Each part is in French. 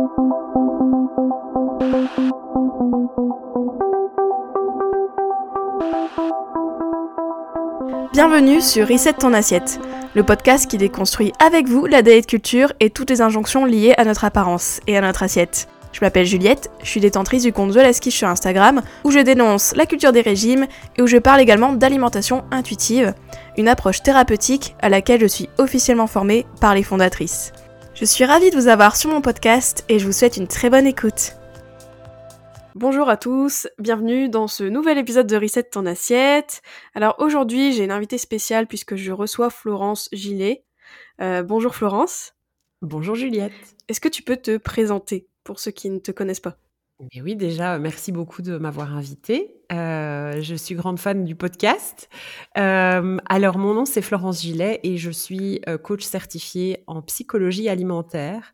Bienvenue sur Reset ton assiette, le podcast qui déconstruit avec vous la diet culture et toutes les injonctions liées à notre apparence et à notre assiette. Je m'appelle Juliette, je suis détentrice du compte The Last Quiche sur Instagram, où je dénonce la culture des régimes et où je parle également d'alimentation intuitive, une approche thérapeutique à laquelle je suis officiellement formée par les fondatrices. Je suis ravie de vous avoir sur mon podcast et je vous souhaite une très bonne écoute. Bonjour à tous, bienvenue dans ce nouvel épisode de Reset ton assiette. Alors aujourd'hui j'ai une invitée spéciale puisque je reçois Florence Gillet. Bonjour Florence. Bonjour Juliette. Est-ce que tu peux te présenter pour ceux qui ne te connaissent pas ? Mais oui, déjà, merci beaucoup de m'avoir invitée. Je suis grande fan du podcast. Alors, mon nom, c'est Florence Gillet et je suis coach certifiée en psychologie alimentaire.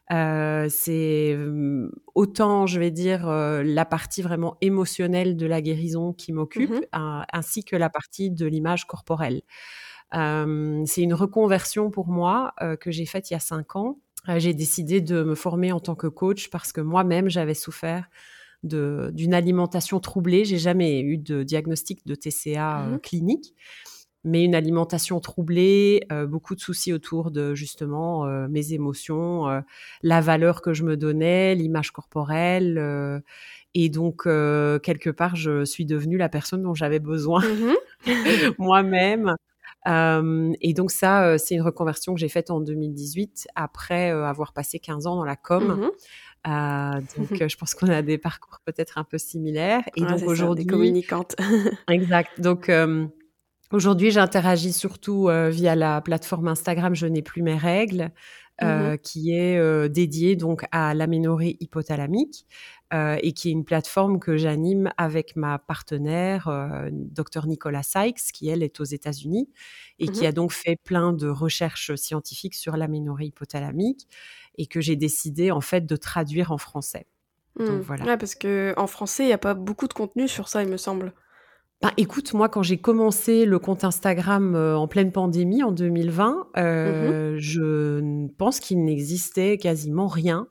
C'est autant, je vais dire, la partie vraiment émotionnelle de la guérison qui m'occupe, ainsi que la partie de l'image corporelle. C'est une reconversion pour moi que j'ai faite il y a 5 ans. J'ai décidé de me former en tant que coach parce que moi-même, j'avais souffert d'une alimentation troublée. J'ai jamais eu de diagnostic de TCA clinique, mais une alimentation troublée, beaucoup de soucis autour de justement mes émotions, la valeur que je me donnais, l'image corporelle. Et donc, quelque part, je suis devenue la personne dont j'avais besoin moi-même. Et donc ça, c'est une reconversion que j'ai faite en 2018 après avoir passé 15 ans dans la com. Donc je pense qu'on a des parcours peut-être un peu similaires. Et donc aujourd'hui, des communicantes. Exact. Donc aujourd'hui, j'interagis surtout via la plateforme Instagram Je n'ai plus mes règles, qui est dédiée donc à l'aménorrhée hypothalamique et qui est une plateforme que j'anime avec ma partenaire, Dr Nicola Sykes, qui elle est aux États-Unis et qui a donc fait plein de recherches scientifiques sur l'aménorrhée hypothalamique et que j'ai décidé en fait de traduire en français. Donc voilà. Ouais, parce que en français, il n'y a pas beaucoup de contenu sur ça, il me semble. Ben, écoute, moi, quand j'ai commencé le compte Instagram en pleine pandémie en 2020, je pense qu'il n'existait quasiment rien.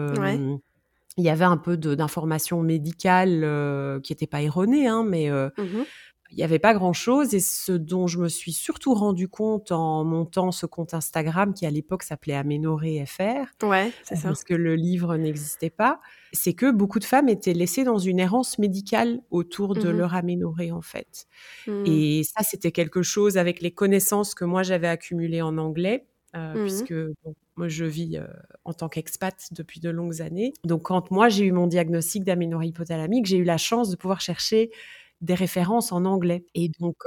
Il y avait un peu d'informations médicales qui n'étaient pas erronées, mais il n'y avait pas grand-chose. Et ce dont je me suis surtout rendu compte en montant ce compte Instagram, qui à l'époque s'appelait Aménorrhée FR, c'est ça. parce que le livre n'existait pas, c'est que beaucoup de femmes étaient laissées dans une errance médicale autour de leur aménorrhée, en fait. Et ça, c'était quelque chose avec les connaissances que moi, j'avais accumulées en anglais, puisque moi, je vis en tant qu'expat depuis de longues années. Donc, quand moi, j'ai eu mon diagnostic d'aménorrhée hypothalamique, j'ai eu la chance de pouvoir chercher des références en anglais. Et donc,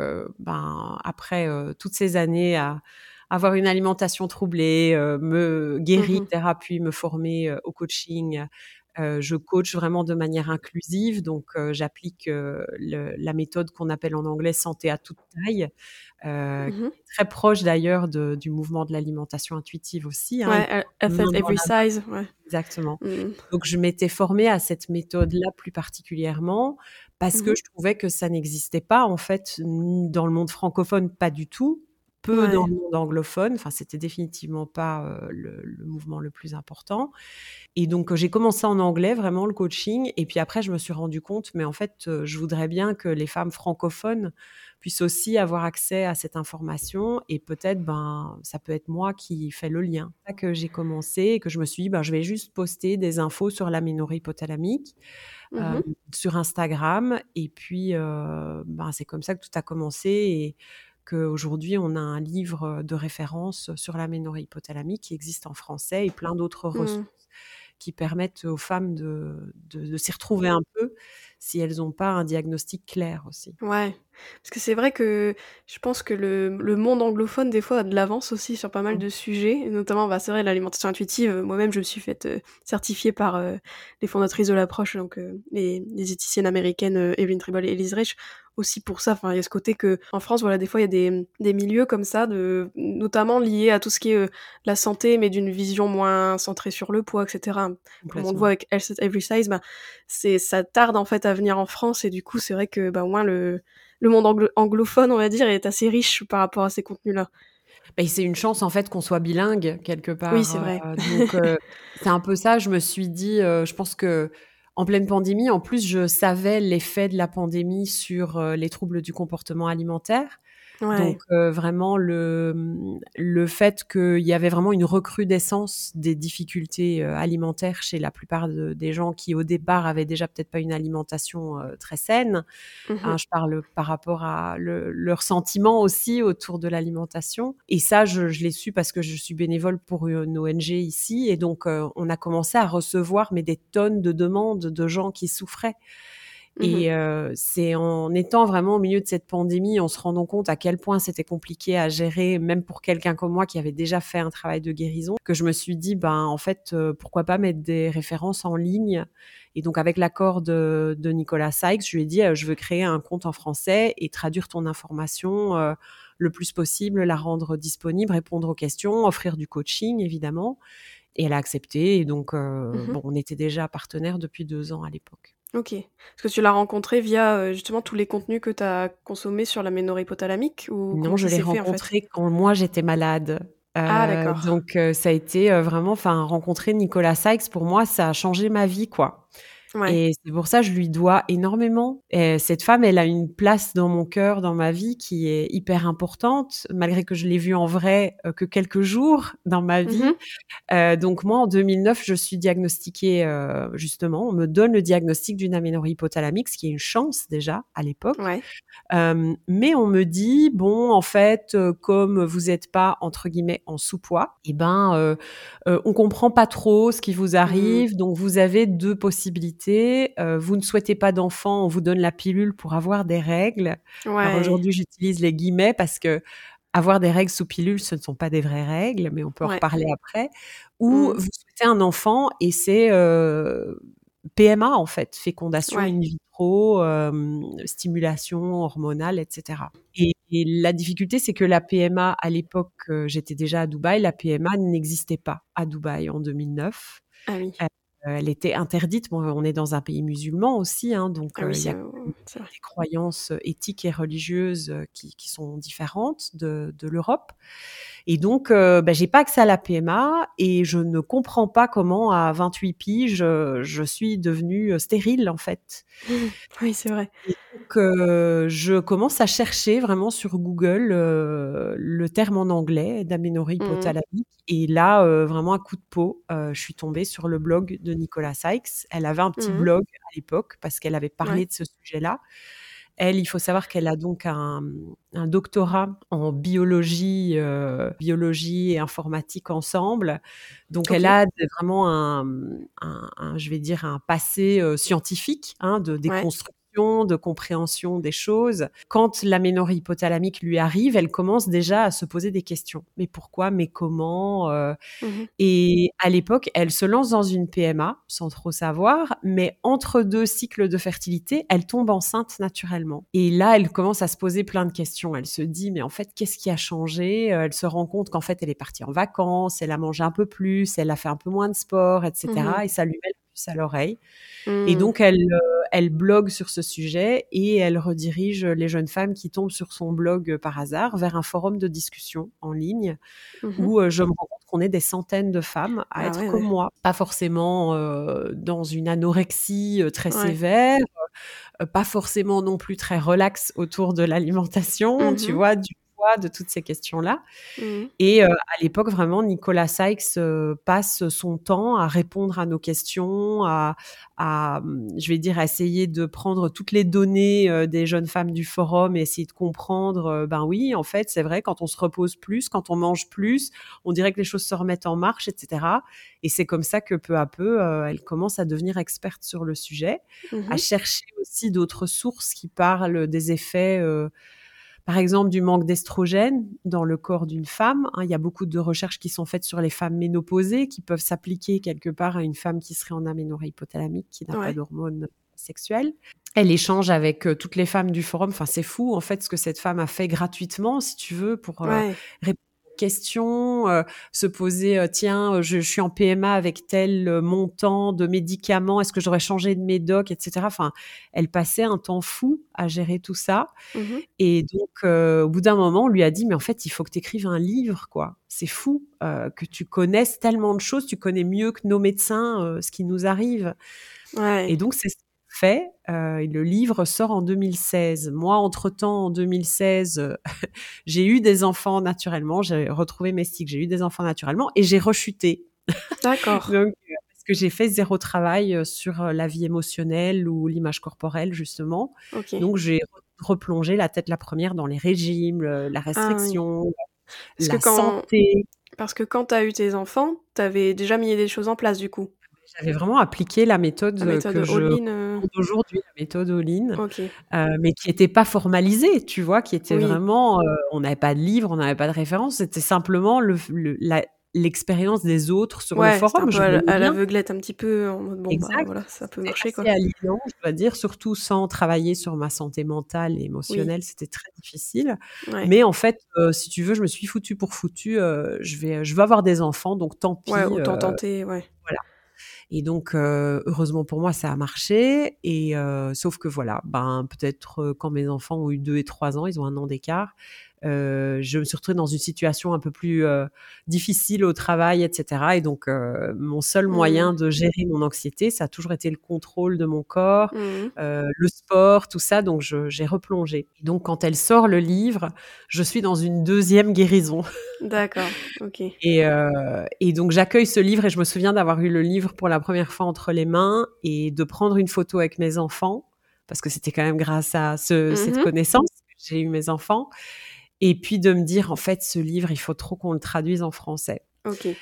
après toutes ces années à avoir une alimentation troublée, me guérir, thérapie, me former au coaching, je coach vraiment de manière inclusive. Donc, j'applique la méthode qu'on appelle en anglais santé à toute taille, qui est très proche d'ailleurs du mouvement de l'alimentation intuitive aussi. Health at every size. Ouais. Exactement. Donc, je m'étais formée à cette méthode-là plus particulièrement parce que je trouvais que ça n'existait pas, en fait, dans le monde francophone, pas du tout, peu dans le monde anglophone. Enfin, c'était définitivement pas le mouvement le plus important. Et donc, j'ai commencé en anglais, vraiment, le coaching. Et puis après, je me suis rendu compte, mais en fait, je voudrais bien que les femmes francophones puissent aussi avoir accès à cette information. Et peut-être, ça peut être moi qui fais le lien. C'est ça que j'ai commencé et que je me suis dit, je vais juste poster des infos sur l'aménorrhée hypothalamique sur Instagram. Et puis, c'est comme ça que tout a commencé. Et qu'aujourd'hui, on a un livre de référence sur l'aménorrhée hypothalamique qui existe en français et plein d'autres ressources qui permettent aux femmes de s'y retrouver un peu si elles n'ont pas un diagnostic clair aussi. Ouais, parce que c'est vrai que je pense que le monde anglophone, des fois, a de l'avance aussi sur pas mal de sujets, et notamment, c'est vrai, l'alimentation intuitive. Moi-même, je me suis faite certifier par les fondatrices de l'approche, donc les diététiciennes américaines Evelyn Tribal et Elise Reich, aussi pour ça. Enfin, il y a ce côté que en France, voilà, des fois, il y a des milieux comme ça, notamment liés à tout ce qui est la santé, mais d'une vision moins centrée sur le poids, etc. Comme on le voit avec Health at Every Size, ça tarde en fait à venir en France, et du coup, c'est vrai que au moins le monde anglophone, on va dire, est assez riche par rapport à ces contenus-là. Et c'est une chance, en fait, qu'on soit bilingue quelque Oui, part. c'est vrai. Donc, c'est un peu ça. Je me suis dit, je pense que en pleine pandémie, en plus, je savais l'effet de la pandémie sur les troubles du comportement alimentaire. Ouais. Donc, vraiment le fait qu'il y avait vraiment une recrudescence des difficultés alimentaires chez la plupart des gens qui, au départ, avaient déjà peut-être pas une alimentation très saine. Mmh. Hein, je parle par rapport à leur sentiment aussi autour de l'alimentation. Et ça, je l'ai su parce que je suis bénévole pour une ONG ici. Et donc, on a commencé à recevoir des tonnes de demandes de gens qui souffraient. Mmh. Et c'est en étant vraiment au milieu de cette pandémie, en se rendant compte à quel point c'était compliqué à gérer, même pour quelqu'un comme moi qui avait déjà fait un travail de guérison, que je me suis dit, en fait, pourquoi pas mettre des références en ligne. Et donc, avec l'accord de Nicolas Sykes, je lui ai dit, je veux créer un compte en français et traduire ton information le plus possible, la rendre disponible, répondre aux questions, offrir du coaching, évidemment. Et elle a accepté. Et donc, Mmh. on était déjà partenaires depuis 2 ans à l'époque. OK. Est-ce que tu l'as rencontré via, justement tous les contenus que tu as consommés sur l'aménorrhée hypothalamique ou Non, comment je ça l'ai s'est fait, en fait? rencontré quand moi j'étais malade. Ah d'accord. Donc ça a été, vraiment rencontrer Nicolas Sykes pour moi, ça a changé ma vie, quoi. Ouais. Et c'est pour ça je lui dois énormément. Et cette femme, elle a une place dans mon cœur, dans ma vie qui est hyper importante, malgré que je l'ai vue en vrai, que quelques jours dans ma vie. Mmh. Donc moi, en 2009, je suis diagnostiquée, justement, on me donne le diagnostic d'une aménorrhée hypothalamique, ce qui est une chance déjà à l'époque. Ouais. Mais on me dit: «Bon, en fait, comme vous êtes pas, entre guillemets, en sous-poids on comprend pas trop ce qui vous Mmh. arrive, donc vous avez 2 possibilités. Vous ne souhaitez pas d'enfant, on vous donne la pilule pour avoir des règles». Alors Ouais. aujourd'hui, j'utilise les guillemets parce que avoir des règles sous pilule, ce ne sont pas des vraies règles, mais on peut en Ouais. reparler après. Ou Mmh. vous souhaitez un enfant et c'est, PMA en fait, fécondation Ouais. in vitro, stimulation hormonale et cetera. Et la difficulté, c'est que la PMA à l'époque, j'étais déjà à Dubaï, la PMA n'existait pas à Dubaï en 2009. Ah oui. Elle était interdite. Bon, on est dans un pays musulman aussi, hein, donc Ah oui, il y a c'est vrai. des croyances éthiques et religieuses qui sont différentes de l'Europe. Et donc, j'ai pas accès à la PMA et je ne comprends pas comment à 28 piges, je suis devenue stérile en fait. Oui, c'est vrai. Et donc, je commence à chercher vraiment sur Google, le terme en anglais d'aménorrhée Mmh. hypothalamique et là, vraiment un coup de peau, je suis tombée sur le blog de Nicolas Sykes. Elle avait un petit Mmh. blog à l'époque parce qu'elle avait parlé Ouais. de ce sujet-là. Elle, il faut savoir qu'elle a donc un doctorat en biologie et informatique ensemble. Donc elle OK. a vraiment je vais dire un passé, scientifique, hein, de Ouais. déconstruction, de compréhension des choses. Quand l'aménorrhée hypothalamique lui arrive, elle commence déjà à se poser des questions. Mais pourquoi? Mais comment? Mmh. Et à l'époque, elle se lance dans une PMA, sans trop savoir, mais entre 2 cycles de fertilité, elle tombe enceinte naturellement. Et là, elle commence à se poser plein de questions. Elle se dit: «Mais en fait, qu'est-ce qui a changé?» Elle se rend compte qu'en fait, elle est partie en vacances, elle a mangé un peu plus, elle a fait un peu moins de sport et Mmh. cetera et ça lui met la puce à l'oreille. Et Mmh. donc elle blogue sur ce sujet et elle redirige les jeunes femmes qui tombent sur son blog, par hasard, vers un forum de discussion en ligne Mmh. où, je me rends compte qu'on est des centaines de femmes à Ah être ouais, comme ouais. moi. Pas forcément, dans une anorexie, très Ouais. sévère, pas forcément non plus très relax autour de l'alimentation, tu Mmh. vois? Du poids, de toutes ces questions-là. Mmh. Et à l'époque, vraiment, Nicolas Sykes, passe son temps à répondre à nos questions, je vais dire, à essayer de prendre toutes les données, des jeunes femmes du forum et essayer de comprendre, oui, en fait, c'est vrai, quand on se repose plus, quand on mange plus, on dirait que les choses se remettent en marche et cetera. Et c'est comme ça que, peu à peu, elle commence à devenir experte sur le sujet, à Mmh. chercher aussi d'autres sources qui parlent des effets, par exemple, du manque d'estrogène dans le corps d'une femme, hein. Il y a beaucoup de recherches qui sont faites sur les femmes ménopausées, qui peuvent s'appliquer quelque part à une femme qui serait en aménorrhée hypothalamique, qui n'a pas Ouais. d'hormones sexuelles. Elle échange avec, toutes les femmes du forum. Enfin, c'est fou, en fait, ce que cette femme a fait gratuitement, si tu veux, pour, Ouais. répondre questions, se poser, tiens, je suis en PMA avec tel montant de médicaments, est-ce que j'aurais changé de médoc, etc. Enfin, elle passait un temps fou à gérer tout ça. Mmh. Et donc, au bout d'un moment, on lui a dit, mais en fait, il faut que tu écrives un livre, quoi. C'est fou que tu connaisses tellement de choses, tu connais mieux que nos médecins ce qui nous arrive. Ouais. Et donc, c'est ce qu'on fait. Le livre sort en 2016. Moi, entre-temps, en 2016, j'ai eu des enfants naturellement. J'ai retrouvé mes cycles. J'ai eu des enfants naturellement et j'ai rechuté. D'accord. Donc, parce que j'ai fait 0 travail sur la vie émotionnelle ou l'image corporelle, justement. OK. Donc, j'ai replongé la tête la première dans les régimes, la Ah oui. restriction, Parce que la quand santé. parce que quand tu as eu tes enfants, tu avais déjà mis des choses en place du coup? J'avais vraiment appliqué la méthode La méthode que je all-in, recommande aujourd'hui, la méthode All-in, OK. mais qui était pas formalisée, tu vois? Qui était Oui. vraiment, on n'avait pas de livre, on n'avait pas de référence, c'était simplement l'expérience des autres sur le Ouais, c'était un forum. peu Je voyais à bien. l'aveuglette un petit peu en mode bon, bah, Exact, voilà, ça peut c'était marcher assez quoi. aliénant, je dois dire, surtout sans travailler sur ma santé mentale et Oui, émotionnelle, c'était très difficile. ouais. Mais en fait, si tu veux, je me suis foutue pour foutue, je vais avoir des enfants, donc tant Ouais, pis, autant tenter, ouais. voilà. Et donc, heureusement pour moi, ça a marché et sauf que voilà, ben, peut-être, quand mes enfants ont eu 2 et 3 ans, ils ont 1 an d'écart, je me suis retrouvée dans une situation un peu plus, difficile au travail et cetera et donc, mon seul Mmh. moyen de gérer mon anxiété, ça a toujours été le contrôle de mon corps, Mmh. le sport, tout ça, donc j'ai replongé. Et donc quand elle sort le livre, je suis dans une deuxième guérison. D'accord, OK. Et donc j'accueille ce livre et je me souviens d'avoir eu le livre pour la première fois entre les mains et de prendre une photo avec mes enfants, parce que c'était quand même grâce à cette Mmh. connaissance que j'ai eu mes enfants et puis de me dire: «En fait, ce livre, il faut trop qu'on le traduise en français». OK.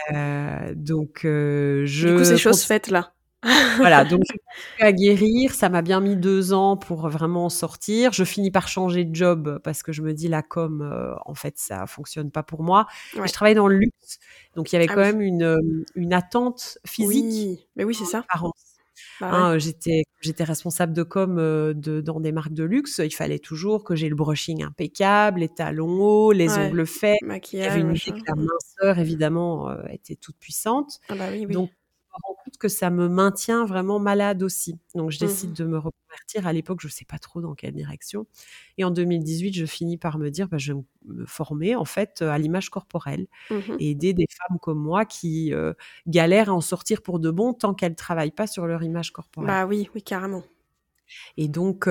Donc Du coup, c'est je chose continue. faite là. Voilà, donc je continue à guérir. Ça m'a bien mis 2 ans pour vraiment en sortir. Je finis par changer de job parce que je me dis: «La com, en fait, ça fonctionne pas pour moi» et je Ouais. travaille dans le luxe, donc il y avait Ah quand oui. même une attente physique Oui, mais oui, c'est dans ça. l'apparence. Bah ouais. Hein, j'étais responsable de com, dans des marques de luxe. Il fallait toujours que j'ai le brushing impeccable, les talons hauts, les Ouais. ongles faits. Il y avait Maquillage, une idée machin. que la Mmh. minceur évidemment, était toute puissante. Ah bah oui, oui. Donc je me rends compte que ça me maintient vraiment malade aussi. Donc je décide Mmh. de me reconvertir. À l'époque, je sais pas trop dans quelle direction et en 2018, je finis par me dire: «Bah, je vais me former en fait, à l'image corporelle Mmh. et aider des femmes comme moi qui, galèrent à en sortir pour de bon tant qu'elles travaillent pas sur leur image corporelle». Bah oui, oui, carrément. Et donc,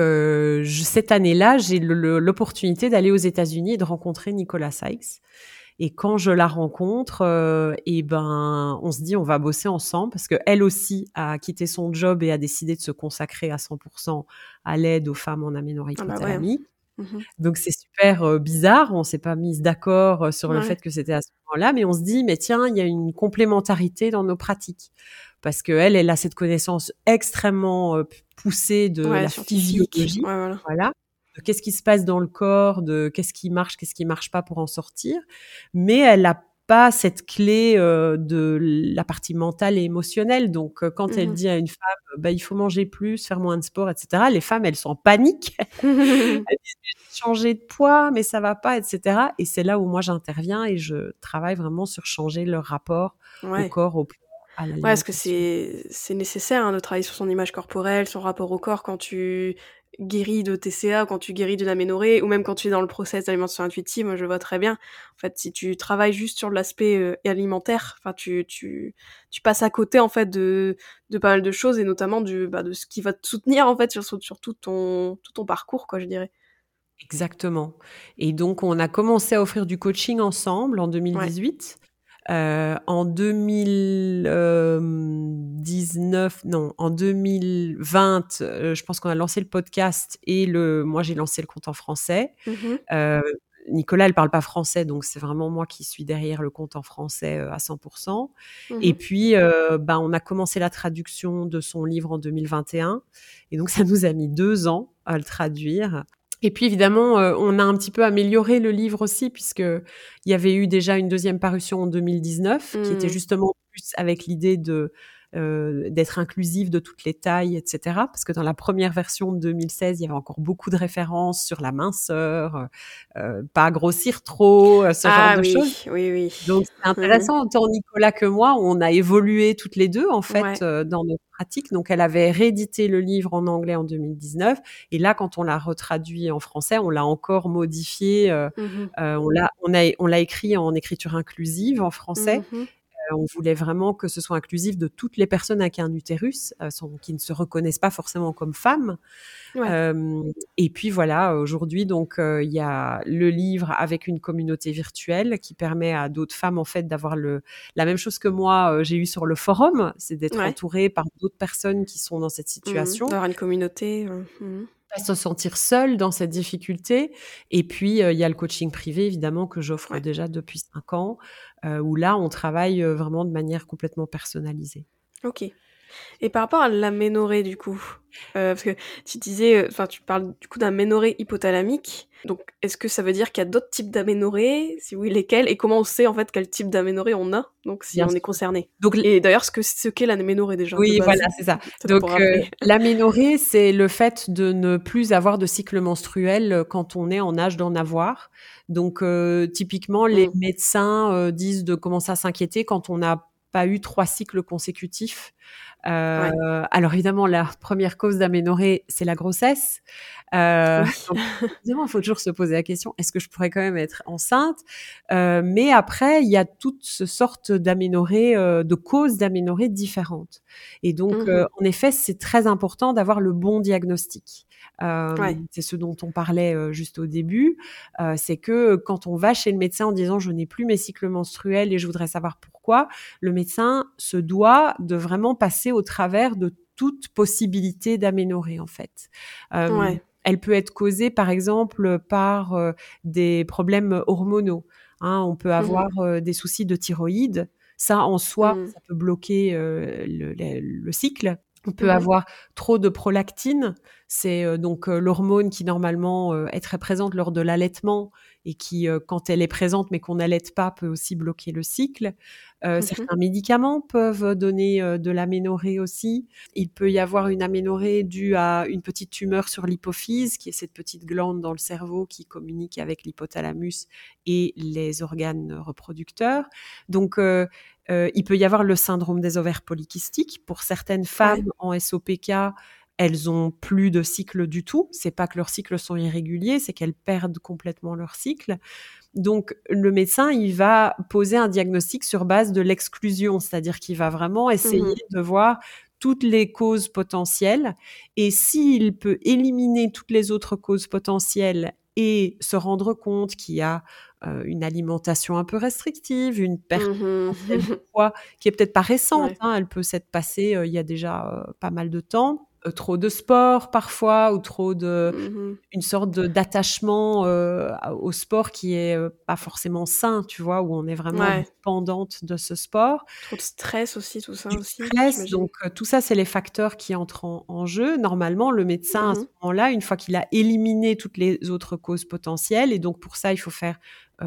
cette année-là, j'ai l'opportunité d'aller aux États-Unis et de rencontrer Nicola Sykes. Et quand je la rencontre, et ben, on se dit: «On va bosser ensemble» parce qu'elle aussi a quitté son job et a décidé de se consacrer à 100 à l'aide aux femmes en aménorrhée Ah bah ouais, hein. hypothalamique. Mmh. Donc c'est super, bizarre, on s'est pas mises d'accord, sur le Ouais. fait que c'était à ce moment-là, mais on se dit: «Mais tiens, il y a une complémentarité dans nos pratiques». Parce qu'elle, elle a cette connaissance extrêmement, poussée de Ouais, la scientifique. physiologie, Ouais, voilà. voilà, de qu'est-ce qui se passe dans le corps, de qu'est-ce qui marche pas pour en sortir. Mais elle a pas cette clé, de la partie mentale et émotionnelle. Donc, quand elle Mmh. dit à une femme, bah: «Il faut manger plus, faire moins de sport» et cetera, les femmes, elles sont en panique. Elles disent: «Mais j'ai changé de poids, mais ça va pas» et cetera et c'est là où moi j'interviens et je travaille vraiment sur changer leur rapport au Ouais. corps, au poids, à Ouais, parce que l'alimentation. c'est nécessaire, hein, de travailler sur son image corporelle, son rapport au corps quand tu guéris de TCA, quand tu guéris d'une aménorrhée ou même quand tu es dans le process d'alimentation intuitive, moi je le vois très bien. En fait, si tu travailles juste sur l'aspect, alimentaire, enfin tu passes à côté en fait de pas mal de choses et notamment de ce qui va te soutenir en fait sur tout ton parcours quoi, je dirais. Exactement et donc on a commencé à offrir du coaching ensemble en Ouais. 2018. En 2019 non, en 2020, je pense qu'on a lancé le podcast et moi j'ai lancé le compte en français. Mmh. Heu, Nicolas, elle parle pas français, donc c'est vraiment moi qui suis derrière le compte en français, à 100. Et Mmh. puis, bah, on a commencé la traduction de son livre en 2021 et donc ça nous a mis 2 ans à le traduire. Et puis évidemment, on a un petit peu amélioré le livre aussi puisqu'il Il y avait eu déjà une deuxième parution en 2019 qui était justement plus avec l'idée d'être inclusive de toutes les tailles, etc. Parce que dans la première version de 2016, il y avait encore beaucoup de références sur la minceur, pas grossir trop, ce genre de choses. Oui. Donc c'est intéressant, autant Nicolas que moi, on a évolué toutes les deux en fait dans notre pratique. Donc elle avait réédité le livre en anglais en 2019 et là quand on l'a retraduit en français, on l'a encore modifié, on l'a écrit en écriture inclusive en français. On voulait vraiment que ce soit inclusif de toutes les personnes avec un utérus, qui ne se reconnaissent pas forcément comme femmes. Et puis voilà, aujourd'hui, donc, il y a le livre avec une communauté virtuelle qui permet à d'autres femmes, en fait, d'avoir la même chose que moi, j'ai eu sur le forum, c'est d'être entourée par d'autres personnes qui sont dans cette situation. D'avoir une communauté. Pas se sentir seule dans cette difficulté. Et puis, il y a le coaching privé, évidemment, que j'offre déjà depuis 5 ans, où là, on travaille vraiment de manière complètement personnalisée. Ok. Et par rapport à l'aménorrhée, du coup, parce que tu disais, tu parles du coup d'aménorrhée hypothalamique. Donc, est-ce que ça veut dire qu'il y a d'autres types d'aménorrhée? Si oui, lesquels? Et comment on sait en fait quel type d'aménorrhée on a? Donc, si on est concerné. Donc, et d'ailleurs, ce qu'est l'aménorrhée déjà? Oui, voilà, c'est ça. Donc, l'aménorrhée, c'est le fait de ne plus avoir de cycle menstruel quand on est en âge d'en avoir. Donc, typiquement, les médecins disent de commencer à s'inquiéter quand on n'a pas eu 3 cycles consécutifs. Alors évidemment, la première cause d'aménorrhée, c'est la grossesse. Donc, évidemment, il faut toujours se poser la question, est-ce que je pourrais quand même être enceinte? Mais après, il y a toutes sortes d'aménorrhées, de causes d'aménorrhée différentes. Et donc, en effet, c'est très important d'avoir le bon diagnostic. C'est ce dont on parlait juste au début. C'est que quand on va chez le médecin en disant je n'ai plus mes cycles menstruels et je voudrais savoir pourquoi, le médecin se doit de vraiment passer au travers de toute possibilité d'aménorrhée en fait. Elle peut être causée par exemple par des problèmes hormonaux. On peut avoir des soucis de thyroïde. Ça en soi, ça peut bloquer le cycle. On peut avoir trop de prolactine, c'est donc l'hormone qui normalement est très présente lors de l'allaitement et qui, quand elle est présente mais qu'on n'allaite pas, peut aussi bloquer le cycle. Certains médicaments peuvent donner de l'aménorrhée aussi. Il peut y avoir une aménorrhée due à une petite tumeur sur l'hypophyse, qui est cette petite glande dans le cerveau qui communique avec l'hypothalamus et les organes reproducteurs. Donc, il peut y avoir le syndrome des ovaires polykystiques. Pour certaines femmes en SOPK, elles ont plus de cycle du tout. C'est pas que leurs cycles sont irréguliers, c'est qu'elles perdent complètement leur cycle. Donc, le médecin, il va poser un diagnostic sur base de l'exclusion, c'est-à-dire qu'il va vraiment essayer de voir toutes les causes potentielles. Et s'il peut éliminer toutes les autres causes potentielles et se rendre compte qu'il y a une alimentation un peu restrictive, une perte de poids qui est peut-être pas récente, elle peut s'être passée il y a déjà pas mal de temps. Trop de sport parfois ou trop de une sorte d'attachement au sport qui est pas forcément sain, tu vois, où on est vraiment dépendante de ce sport. Trop de stress aussi, tout ça aussi. Stress, donc tout ça, c'est les facteurs qui entrent en jeu. Normalement, le médecin, à ce moment-là, une fois qu'il a éliminé toutes les autres causes potentielles, et donc pour ça, il faut faire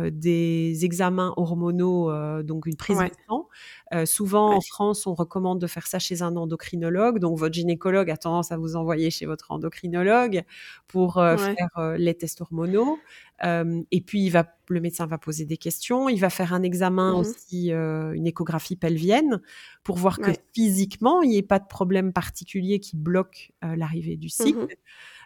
des examens hormonaux, donc une prise de sang. Souvent, en France, on recommande de faire ça chez un endocrinologue. Donc, votre gynécologue a tendance à vous envoyer chez votre endocrinologue pour faire les tests hormonaux. Et puis, le médecin va poser des questions. Il va faire un examen aussi, une échographie pelvienne, pour voir que physiquement, il n'y ait pas de problème particulier qui bloque l'arrivée du cycle.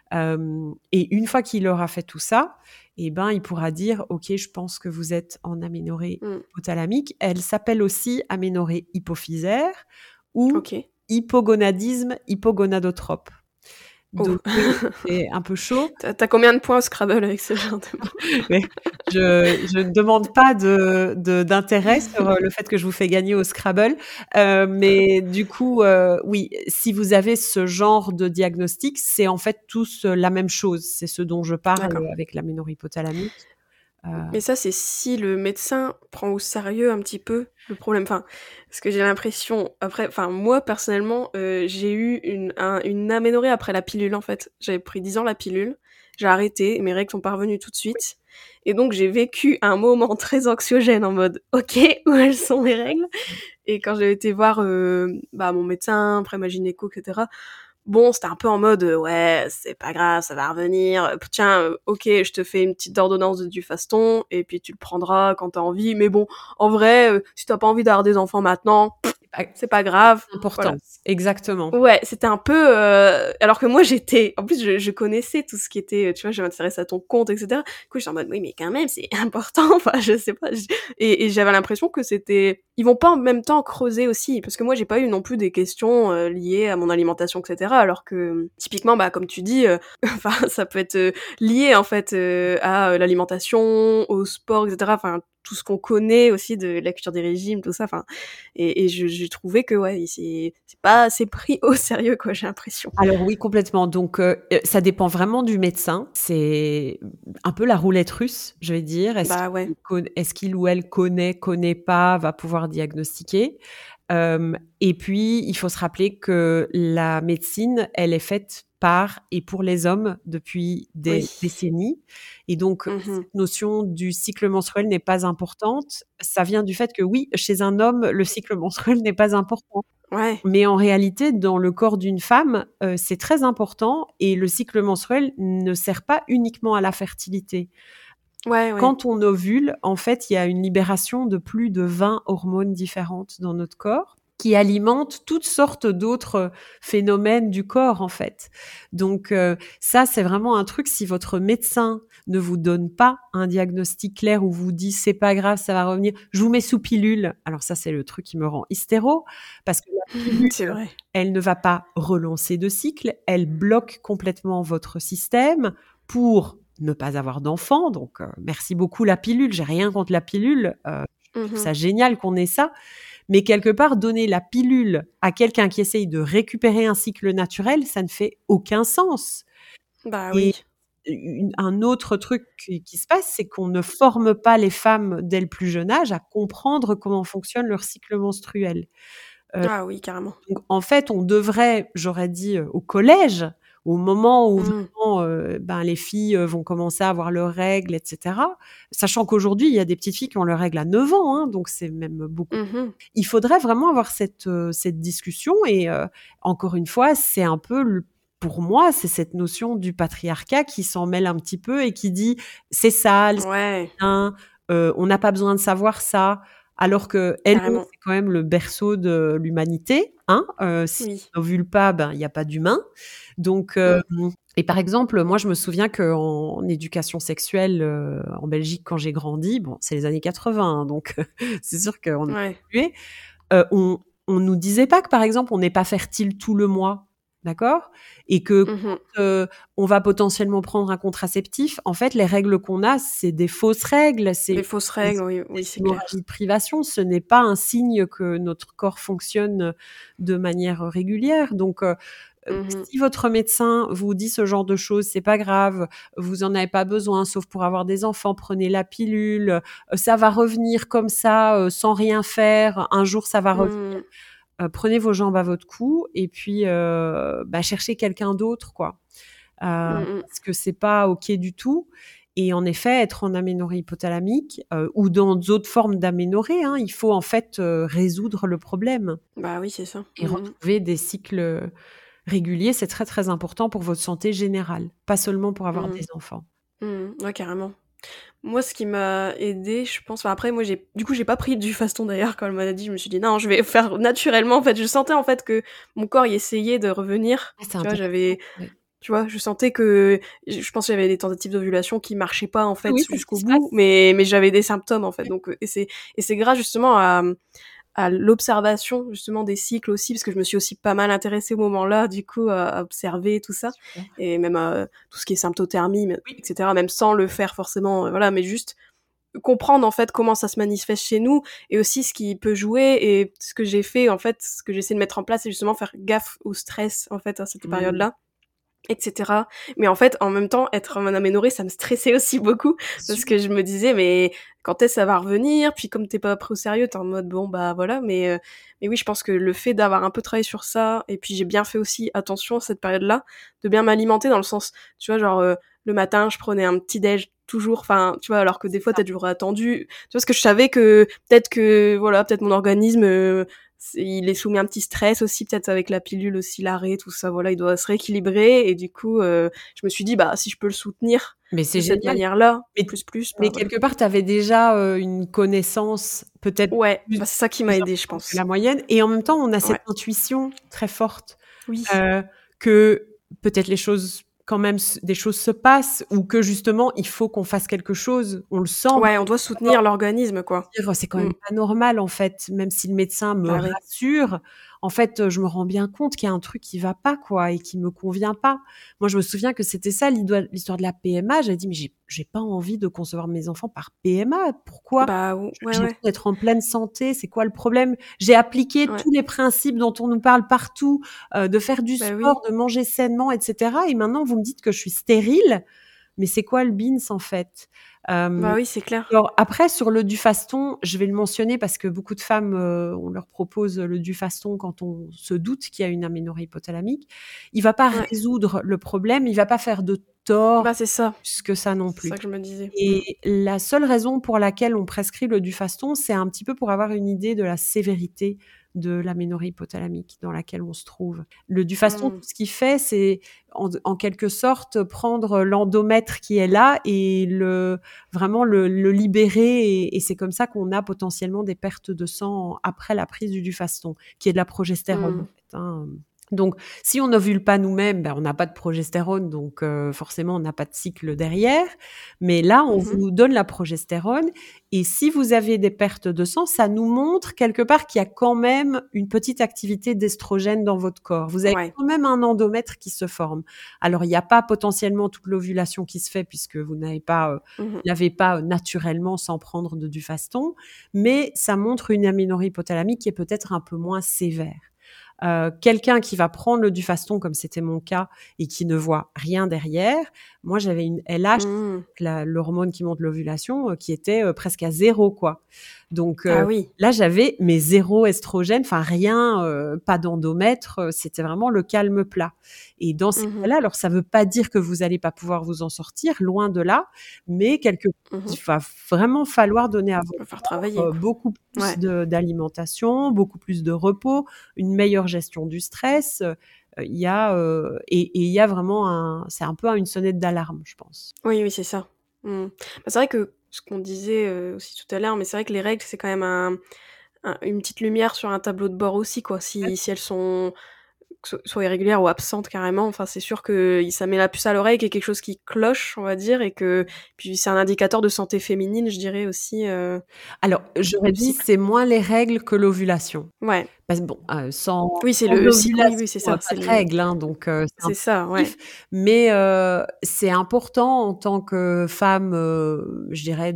Et une fois qu'il aura fait tout ça, il pourra dire « Ok, je pense que vous êtes en aménorrhée hypothalamique ». Elle s'appelle aussi aménorrhée hypophysaire ou hypogonadisme hypogonadotrope. Donc, c'est un peu chaud. T'as combien de points au Scrabble avec ce genre de mots? Je ne demande pas d'intérêt sur le fait que je vous fais gagner au Scrabble. Mais du coup, oui, si vous avez ce genre de diagnostic, c'est en fait tous la même chose. C'est ce dont je parle avec l'aménorrhée hypothalamique. Mais ça, c'est si le médecin prend au sérieux un petit peu le problème. Enfin, parce que j'ai l'impression, moi, personnellement, j'ai eu une aménorrhée après la pilule, en fait. J'avais pris 10 ans la pilule, j'ai arrêté, mes règles sont pas revenues tout de suite. Et donc j'ai vécu un moment très anxiogène en mode ok, où elles sont mes règles. Et quand j'ai été voir mon médecin, après ma gynéco, etc., bon, c'était un peu en mode ouais, c'est pas grave, ça va revenir. Tiens, ok, je te fais une petite ordonnance de Dufaston et puis tu le prendras quand t'as envie. Mais bon, en vrai, si t'as pas envie d'avoir des enfants maintenant, c'est pas grave. Important, Voilà. exactement. Ouais, c'était un peu alors que moi en plus je connaissais tout ce qui était, tu vois, je m'intéressais à ton compte, etc. Du coup j'étais en mode oui mais quand même c'est important, enfin je sais pas, et j'avais l'impression que ils vont pas en même temps creuser aussi, parce que moi j'ai pas eu non plus des questions liées à mon alimentation, etc. Alors que typiquement comme tu dis, enfin ça peut être lié en fait à l'alimentation, au sport, etc. Enfin tout ce qu'on connaît aussi de la culture des régimes, tout ça, enfin, et j'ai trouvé que ouais, c'est pas assez pris au sérieux, quoi, j'ai l'impression. Alors oui, complètement. Donc, ça dépend vraiment du médecin. C'est un peu la roulette russe, je vais dire. Ouais. Est-ce qu'il ou elle connaît pas, va pouvoir diagnostiquer. Et puis, il faut se rappeler que la médecine, elle est faite par et pour les hommes depuis des décennies. Et donc, cette notion du cycle menstruel n'est pas importante. Ça vient du fait que oui, chez un homme, le cycle menstruel n'est pas important. Ouais. Mais en réalité, dans le corps d'une femme, c'est très important et le cycle menstruel ne sert pas uniquement à la fertilité. Ouais. Quand on ovule, en fait, il y a une libération de plus de 20 hormones différentes dans notre corps qui alimentent toutes sortes d'autres phénomènes du corps, en fait. Donc, ça, c'est vraiment un truc, si votre médecin ne vous donne pas un diagnostic clair ou vous dit c'est pas grave, ça va revenir, je vous mets sous pilule. Alors ça, c'est le truc qui me rend hystéro, parce que la pilule, c'est vrai. elle ne va pas relancer de cycle, elle bloque complètement votre système pour ne pas avoir d'enfant. Donc, merci beaucoup la pilule. J'ai rien contre la pilule. Je trouve ça génial qu'on ait ça. Mais quelque part, donner la pilule à quelqu'un qui essaye de récupérer un cycle naturel, ça ne fait aucun sens. Oui. Un autre truc qui se passe, c'est qu'on ne forme pas les femmes dès le plus jeune âge à comprendre comment fonctionne leur cycle menstruel. Oui, carrément. Donc, en fait, on devrait, j'aurais dit, au collège, au moment où vraiment, les filles vont commencer à avoir leurs règles, etc. Sachant qu'aujourd'hui, il y a des petites filles qui ont leurs règles à 9 ans, hein, donc c'est même beaucoup. Il faudrait vraiment avoir cette discussion et encore une fois, c'est un peu pour moi, c'est cette notion du patriarcat qui s'en mêle un petit peu et qui dit c'est sale, Ouais. on n'a pas besoin de savoir ça. Alors que c'est quand même le berceau de l'humanité, hein. Si on n'ovule pas, il y a pas d'humain. Donc, et par exemple, moi, je me souviens qu'en éducation sexuelle, en Belgique, quand j'ai grandi, bon, c'est les années 80, hein, donc c'est sûr qu'on a évolué. On nous disait pas que, par exemple, on n'est pas fertile tout le mois. D'accord ? Et que quand on va potentiellement prendre un contraceptif, en fait, les règles qu'on a, c'est des fausses règles. C'est des fausses règles, oui, c'est clair. De privation, ce n'est pas un signe que notre corps fonctionne de manière régulière. Donc, si votre médecin vous dit ce genre de choses, c'est pas grave, vous en avez pas besoin, sauf pour avoir des enfants, prenez la pilule, ça va revenir comme ça, sans rien faire, un jour ça va revenir. Prenez vos jambes à votre cou et puis cherchez quelqu'un d'autre, quoi. Parce que c'est pas ok du tout. Et en effet, être en aménorrhée hypothalamique ou dans d'autres formes d'aménorrhée, hein, il faut en fait résoudre le problème. Oui, c'est ça. Et retrouver des cycles réguliers, c'est très très important pour votre santé générale, pas seulement pour avoir des enfants. Ouais, carrément. Moi, ce qui m'a aidée, je pense, après, moi, j'ai pas pris du Dufaston d'ailleurs quand elle m'a dit, je me suis dit non, je vais faire naturellement. En fait, je sentais en fait que mon corps y essayait de revenir. Tu vois, je sentais que, je pense que j'avais des tentatives d'ovulation qui marchaient pas en fait jusqu'au bout, mais j'avais des symptômes en fait. Donc, et c'est grâce justement à l'observation justement des cycles aussi, parce que je me suis aussi pas mal intéressée au moment-là, du coup, à observer tout ça. Super. Et même tout ce qui est symptothermie, etc., même sans le faire forcément, mais juste comprendre en fait comment ça se manifeste chez nous, et aussi ce qui peut jouer. Et ce que j'ai fait en fait, ce que j'essaie de mettre en place, c'est justement faire gaffe au stress en fait à cette période-là. etc. Mais en fait, en même temps, être en aménorrhée, ça me stressait aussi beaucoup parce que je me disais, mais quand est-ce que ça va revenir? Puis comme t'es pas pris au sérieux, t'es en mode, bon, bah voilà. Mais oui, je pense que le fait d'avoir un peu travaillé sur ça, et puis j'ai bien fait aussi attention à cette période-là, de bien m'alimenter dans le sens, tu vois, genre, le matin, je prenais un petit déj toujours, enfin, tu vois, alors que des fois, t'as toujours attendu. Tu vois, parce que je savais que peut-être mon organisme, il est soumis à un petit stress aussi, peut-être avec la pilule aussi, l'arrêt, tout ça, voilà, il doit se rééquilibrer. Et du coup, je me suis dit, bah, si je peux le soutenir Mais de c'est cette génial. manière-là, Mais bah mais voilà. quelque part, tu avais déjà, une connaissance peut-être Ouais, plus bah c'est ça qui m'a plus aidée, je importante que la pense. moyenne et en même temps, on a cette Ouais. intuition très forte, Oui. que peut-être les choses quand même des choses se passent ou que justement, il faut qu'on fasse quelque chose. On le sent dans Ouais, on notre doit soutenir l'organisme, quoi. dire: «C'est quand Mmh. même pas normal, en fait». Même si le médecin me Bah oui. rassure, en fait, je me rends bien compte qu'il y a un truc qui va pas, quoi et qui me convient pas. Moi, je me souviens que c'était ça l'histoire de la PMA. J'avais dit: «Mais j'ai pas envie de concevoir mes enfants par PMA. Pourquoi? Bah J'ai ouais. besoin d'être en pleine santé, c'est quoi le problème?» J'ai appliqué Ouais. tous les principes dont on nous parle partout, de faire du Bah oui. sport, de manger sainement et cetera et maintenant vous me dites que je suis stérile, mais c'est quoi le beans, en fait? Bah oui, c'est clair. Alors après sur le Dufaston, je vais le mentionner parce que beaucoup de femmes, on leur propose le Dufaston quand on se doute qu'il y a une aménorrhée hypothalamique. Il va pas Ouais. résoudre le problème, il va pas faire de tort Bah c'est ça. plus que ça non C'est ça plus. que je me disais. Mmh. Et la seule raison pour laquelle on prescrit le Dufaston, c'est un petit peu pour avoir une idée de la sévérité de l'aménorrhée hypothalamique dans laquelle on se trouve. Le Dufaston, Mmh. tout ce qu'il fait, c'est en quelque sorte prendre l'endomètre qui est là et vraiment le libérer et c'est comme ça qu'on a potentiellement des pertes de sang après la prise du Dufaston, qui est de la progestérone en Mmh. fait, hein. Donc si on n'ovule pas nous-mêmes, on n'a pas de progestérone, donc forcément on n'a pas de cycle derrière. Mais là, on Mmh. vous donne la progestérone et si vous avez des pertes de sang, ça nous montre quelque part qu'il y a quand même une petite activité d'estrogène dans votre corps. Vous avez Ouais. quand même un endomètre qui se forme. Alors il n'y a pas potentiellement toute l'ovulation qui se fait puisque vous Mmh. l'avez pas naturellement sans prendre de Dufaston, mais ça montre une aménorrhée hypothalamique qui est peut-être un peu moins sévère. Quelqu'un qui va prendre le Dufaston comme c'était mon cas et qui ne voit rien derrière, moi j'avais une LH, Mmh. l'hormone qui monte l'ovulation, qui était, presque à 0 quoi. Donc Ah oui. là j'avais mes 0 estrogène, enfin rien, pas d'endomètre, c'était vraiment le calme plat et dans ces Mmh. cas-là, alors ça veut pas dire que vous allez pas pouvoir vous en sortir, loin de là, mais Mmh. il va vraiment falloir donner à Va falloir travailler, quoi. beaucoup plus Ouais. d'alimentation, beaucoup plus de repos, une meilleure gestion du stress. Il y a il y a vraiment c'est un peu une sonnette d'alarme, je pense. Oui, oui, c'est ça. Mmh. Bah, c'est vrai que ce qu'on disait, aussi tout à l'heure, mais c'est vrai que les règles, c'est quand même une petite lumière sur un tableau de bord aussi, quoi. Si elles sont soit irrégulières ou absentes carrément, enfin, c'est sûr que ça met la puce à l'oreille, qu'il y a quelque chose qui cloche, on va dire, et que puis c'est un indicateur de santé féminine, je dirais aussi, Alors, j'aurais le dit cycle. c'est moins les règles que l'ovulation. Ouais. Parce que bon, Oui, c'est sans le cycle, oui, ovulation, oui, c'est ça, pas c'est de le règles, hein, donc c'est un c'est peu ça, ouais. relatif. Mais c'est important en tant que femme, je dirais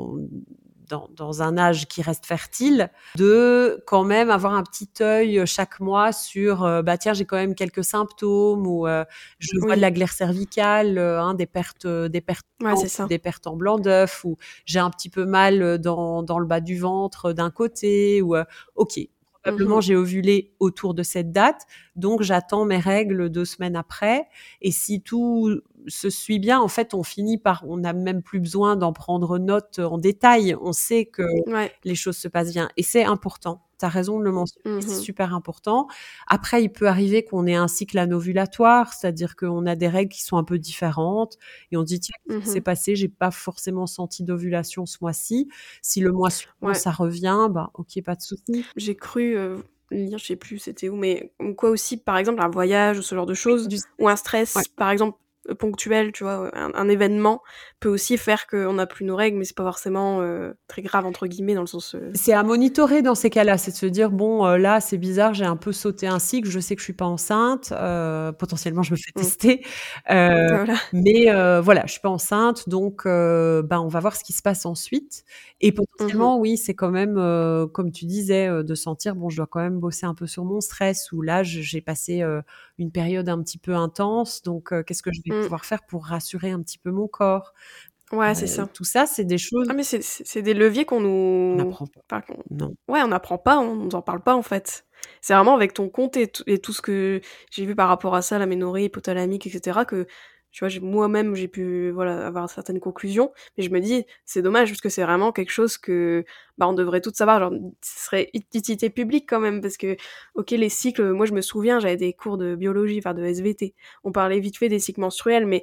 dans un âge qui reste fertile, de quand même avoir un petit œil, chaque mois sur, bah, tiens, j'ai quand même quelques symptômes ou je vois de Oui. la glaire cervicale, hein, des pertes Ouais, c'est blanches ou ça. des pertes en blanc d'œuf ou j'ai un petit peu mal, dans le bas du ventre, d'un côté ou OK, probablement Mmh. j'ai ovulé autour de cette date, donc j'attends mes règles 2 semaines après et si tout se suit bien, en fait, on n'a même plus besoin d'en prendre note en détail. On sait que Ouais. les choses se passent bien et c'est important. Tu as raison de le mentionner, c'est Mmh. super important. Après, il peut arriver qu'on ait un cycle anovulatoire, c'est-à-dire qu'on a des règles qui sont un peu différentes et on se dit: «Tiens, qu'est-ce qui s'est Mmh. passé? J'ai pas forcément senti d'ovulation ce mois-ci». Si le mois suivant, Ouais. ça revient, bah, OK, pas de souci. J'ai cru, lire, je sais plus c'était où, mais comme quoi aussi, par exemple, un voyage ou ce genre de choses, Du ou un ouais. stress, par exemple, ponctuel, tu vois, un événement peut aussi faire qu'on n'a plus nos règles, mais c'est pas forcément très grave entre guillemets dans le sens. C'est à monitorer dans ces cas-là, c'est de se dire bon là c'est bizarre, j'ai un peu sauté un cycle, je sais que je suis pas enceinte, potentiellement je me fais tester, Voilà. mais voilà, je suis pas enceinte donc on va voir ce qui se passe ensuite et potentiellement oui, c'est quand même comme tu disais de sentir bon je dois quand même bosser un peu sur mon stress ou là j'ai passé une période un petit peu intense donc qu'est-ce que je vais pouvoir faire pour rassurer un petit peu mon corps? Ouais, c'est ça. Tout ça, c'est des choses Ah mais c'est des leviers qu'on qu'on nous n'apprend pas. enfin Non. ouais, on n'apprend pas, on nous en parle pas, en fait. C'est vraiment avec ton compte et tout ce que j'ai vu par rapport à ça, l'aménorrhée hypothalamique et cetera que, tu vois, moi-même, j'ai pu, voilà, avoir certaines conclusions. Mais je me dis: «C'est dommage» parce que c'est vraiment quelque chose que, on devrait toutes savoir. Genre, ce serait d'utilité publique quand même parce que, OK, les cycles, moi, je me souviens, j'avais des cours de biologie, enfin de SVT. On parlait vite fait des cycles menstruels, mais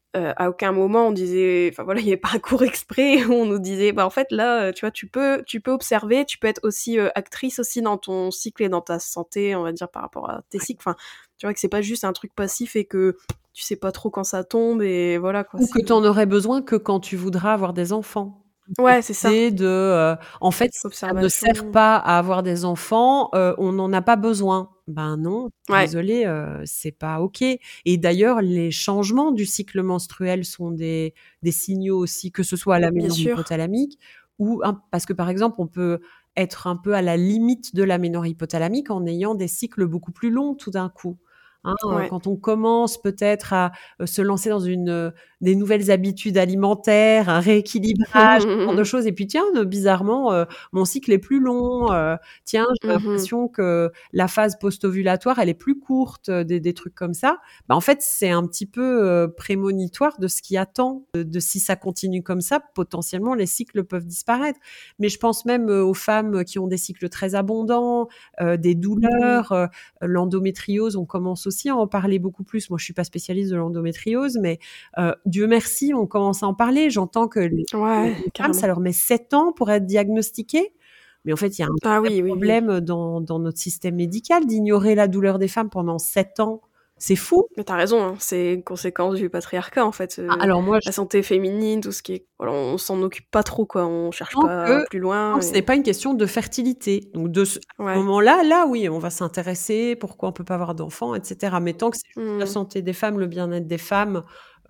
à aucun moment on disait enfin voilà, il y avait pas un cours exprès où on nous disait: «Bah, en fait là, tu vois, tu peux observer, tu peux être aussi, actrice aussi dans ton cycle et dans ta santé, on va dire, par rapport à tes cycles». Enfin, tu vois que c'est pas juste un truc passif et que tu sais pas trop quand ça tombe et voilà quoi, Ou que c'est tu en aurais besoin que quand tu voudras avoir des enfants. Cette ouais, c'est ça, idée de, en fait, si ça ne sert observation. pas à avoir des enfants, on n'en a pas besoin. Ben non, Ouais, désolée, c'est pas OK et d'ailleurs, les changements du cycle menstruel sont des signaux aussi, que ce soit à bien l'aménorrhée sûr. hypothalamique ou parce que, par exemple, on peut être un peu à la limite de l'aménorrhée hypothalamique en ayant des cycles beaucoup plus longs tout d'un coup. Hein, Ouais. quand on commence peut-être à, se lancer dans des nouvelles habitudes alimentaires, un rééquilibrage, ce genre de choses et puis tiens, bizarrement, mon cycle est plus long, tiens, j'ai Mmh. l'impression que la phase post-ovulatoire, elle est plus courte, des trucs comme ça. En fait, c'est un petit peu, prémonitoire de ce qui attend, de si ça continue comme ça, potentiellement les cycles peuvent disparaître. Mais je pense même, aux femmes qui ont des cycles très abondants, des Oui. douleurs, l'endométriose, on commence aussi à en parler beaucoup plus. Moi, je suis pas spécialiste de l'endométriose, mais Dieu merci, on commence à en parler. J'entends que Ouais, les femmes, carrément. ça leur met 7 ans pour être diagnostiquées. Mais en fait, il y a un Ah vrai oui, oui, oui. problème dans notre système médical d'ignorer la douleur des femmes pendant 7 ans. C'est fou. Mais tu raison, hein, c'est une conséquence du patriarcat, en fait, Alors moi, la je santé féminine, tout ce qui est voilà, on s'en occupe pas trop, quoi, on cherche tant pas que plus tant loin que ce n'est et pas une question de fertilité. Donc de ce à ce ouais. moment-là, là oui, on va s'intéresser, pourquoi on peut pas avoir d'enfants et cetera. Mais tant que c'est juste la Mmh. santé des femmes, le bien-être des femmes,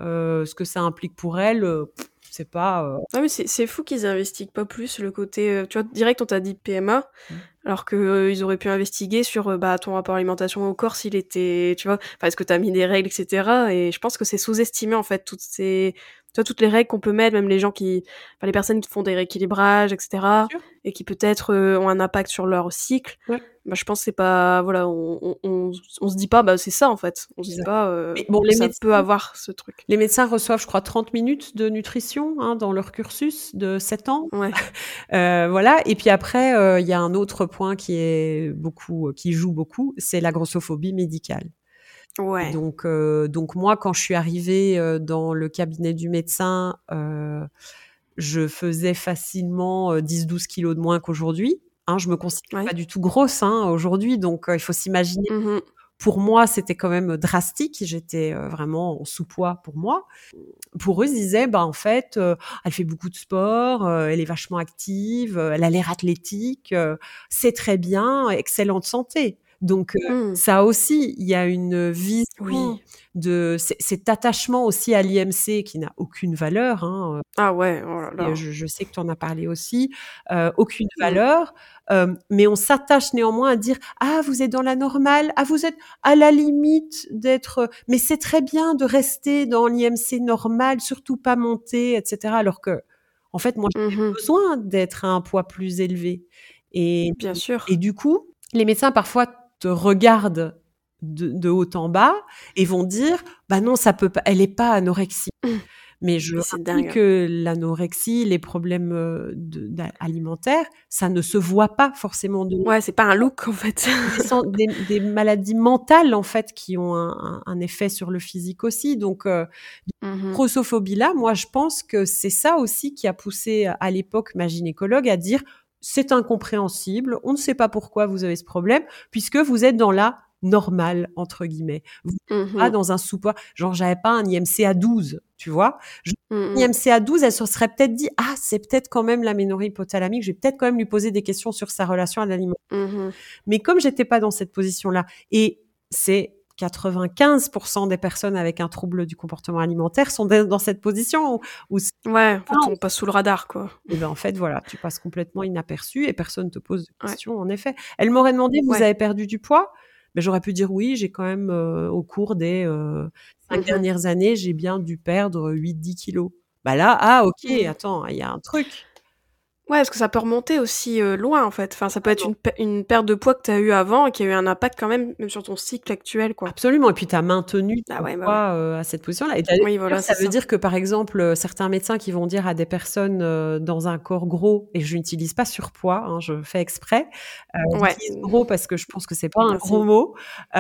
ce que ça implique pour elles, c'est pas, Ah mais c'est fou qu'ils investiguent pas plus le côté, tu vois, direct on t'a dit PMA, mmh. alors que, ils auraient pu investiguer sur, ton rapport alimentation au corps s'il était tu vois? Enfin, est-ce que tu as mis des règles et cetera et je pense que c'est sous-estimé en fait toutes ces tu vois, toutes les règles qu'on peut mettre, même les gens qui enfin les personnes qui font des rééquilibrages et cetera Sûr, et qui peut-être, ont un impact sur leur cycle. ouais. Je pense que c'est pas voilà, on se dit pas: «Bah, c'est ça en fait». On se dit Exact. pas, Mais bon, que ça peut avoir ce truc. les médecins reçoivent, je crois, 30 minutes de nutrition, hein, dans leur cursus de 7 ans. Ouais. Voilà et puis après, il y a un autre point qui joue beaucoup, c'est la grossophobie médicale. Ouais. Donc moi, quand je suis arrivée, dans le cabinet du médecin, je faisais facilement, 10-12 kilogrammes de moins qu'aujourd'hui, hein. Je me considère pas Ouais. du tout grosse, hein, aujourd'hui, donc il faut s'imaginer. Mmh mh. Pour moi, c'était quand même drastique. J'étais, vraiment en sous-poids pour moi. Pour eux, ils disaient: «Bah, en fait, elle fait beaucoup de sport, elle est vachement active, elle a l'air athlétique, c'est très bien, excellente santé». Donc Mmh. ça aussi, il y a une vision Oui. de cet attachement aussi à l'IMC qui n'a aucune valeur, hein, Ah ouais, oh là et là. je sais que tu en as parlé aussi, aucune Mmh. valeur, mais on s'attache néanmoins à dire: «Ah, vous êtes dans la normale, ah, vous êtes à la limite d'être, mais c'est très bien de rester dans l'IMC normal, surtout pas monter» et cetera. Alors qu'en fait, moi, Mmh j'avais mh. besoin d'être à un poids plus élevé et Bien et sûr. du coup, les médecins parfois te regardent de haut en bas et vont dire: «Bah non, ça peut pas, elle est pas anorexique». Mais je Mais c'est rappelle dingue, hein. que l'anorexie, les problèmes, alimentaires, ça ne se voit pas forcément de Ouais, c'est pas un look en fait. des maladies mentales, en fait, qui ont un effet sur le physique aussi. Donc Mmh mh. grossophobie-là, moi, je pense que c'est ça aussi qui a poussé, à l'époque, ma gynécologue à dire: «C'est incompréhensible, on ne sait pas pourquoi vous avez ce problème, puisque vous êtes dans la normal entre guillemets. Vous n'êtes pas Mmh. dans un sous-poids, genre j'avais pas un IMC à 12, tu vois? Mmh mh. IMC à 12, elle se serait peut-être dit: «Ah, c'est peut-être quand même l'aménorrhée hypothalamique, je vais peut-être quand même lui poser des questions sur sa relation à l'aliment». Mmh. Mais comme j'étais pas dans cette position-là, et c'est 95% des personnes avec un trouble du comportement alimentaire sont dans cette position où c'est Ouais, en ça, fait, on passe sous le radar, quoi. et ben, en fait, voilà, tu passes complètement inaperçu et personne te pose de Ouais, questions, en effet. Elle m'aurait demandé: «Vous ouais. avez perdu du poids?» Ben, j'aurais pu dire: «Oui, j'ai quand même, au cours des, 5 Mmh. dernières années, j'ai bien dû perdre 8-10 kilos». Bah là, ah OK, Mmh. attends, il y a un truc. Ouais, parce que ça peut remonter aussi, loin, en fait. Enfin, ça peut être Vraiment. une perte de poids que tu as eu avant et qui a eu un impact quand même sur ton cycle actuel, quoi. Absolument, et puis tu as maintenu Ah ton ouais, bah, ouais. poids, à cette position-là, et d'ailleurs Oui, voilà, ça c'est veut ça. dire que, par exemple, certains médecins qui vont dire à des personnes, dans un corps gros, et je n'utilise pas surpoids, hein, je fais exprès, Ouais, j'utilise gros parce que je pense que c'est pas un gros merci. mot,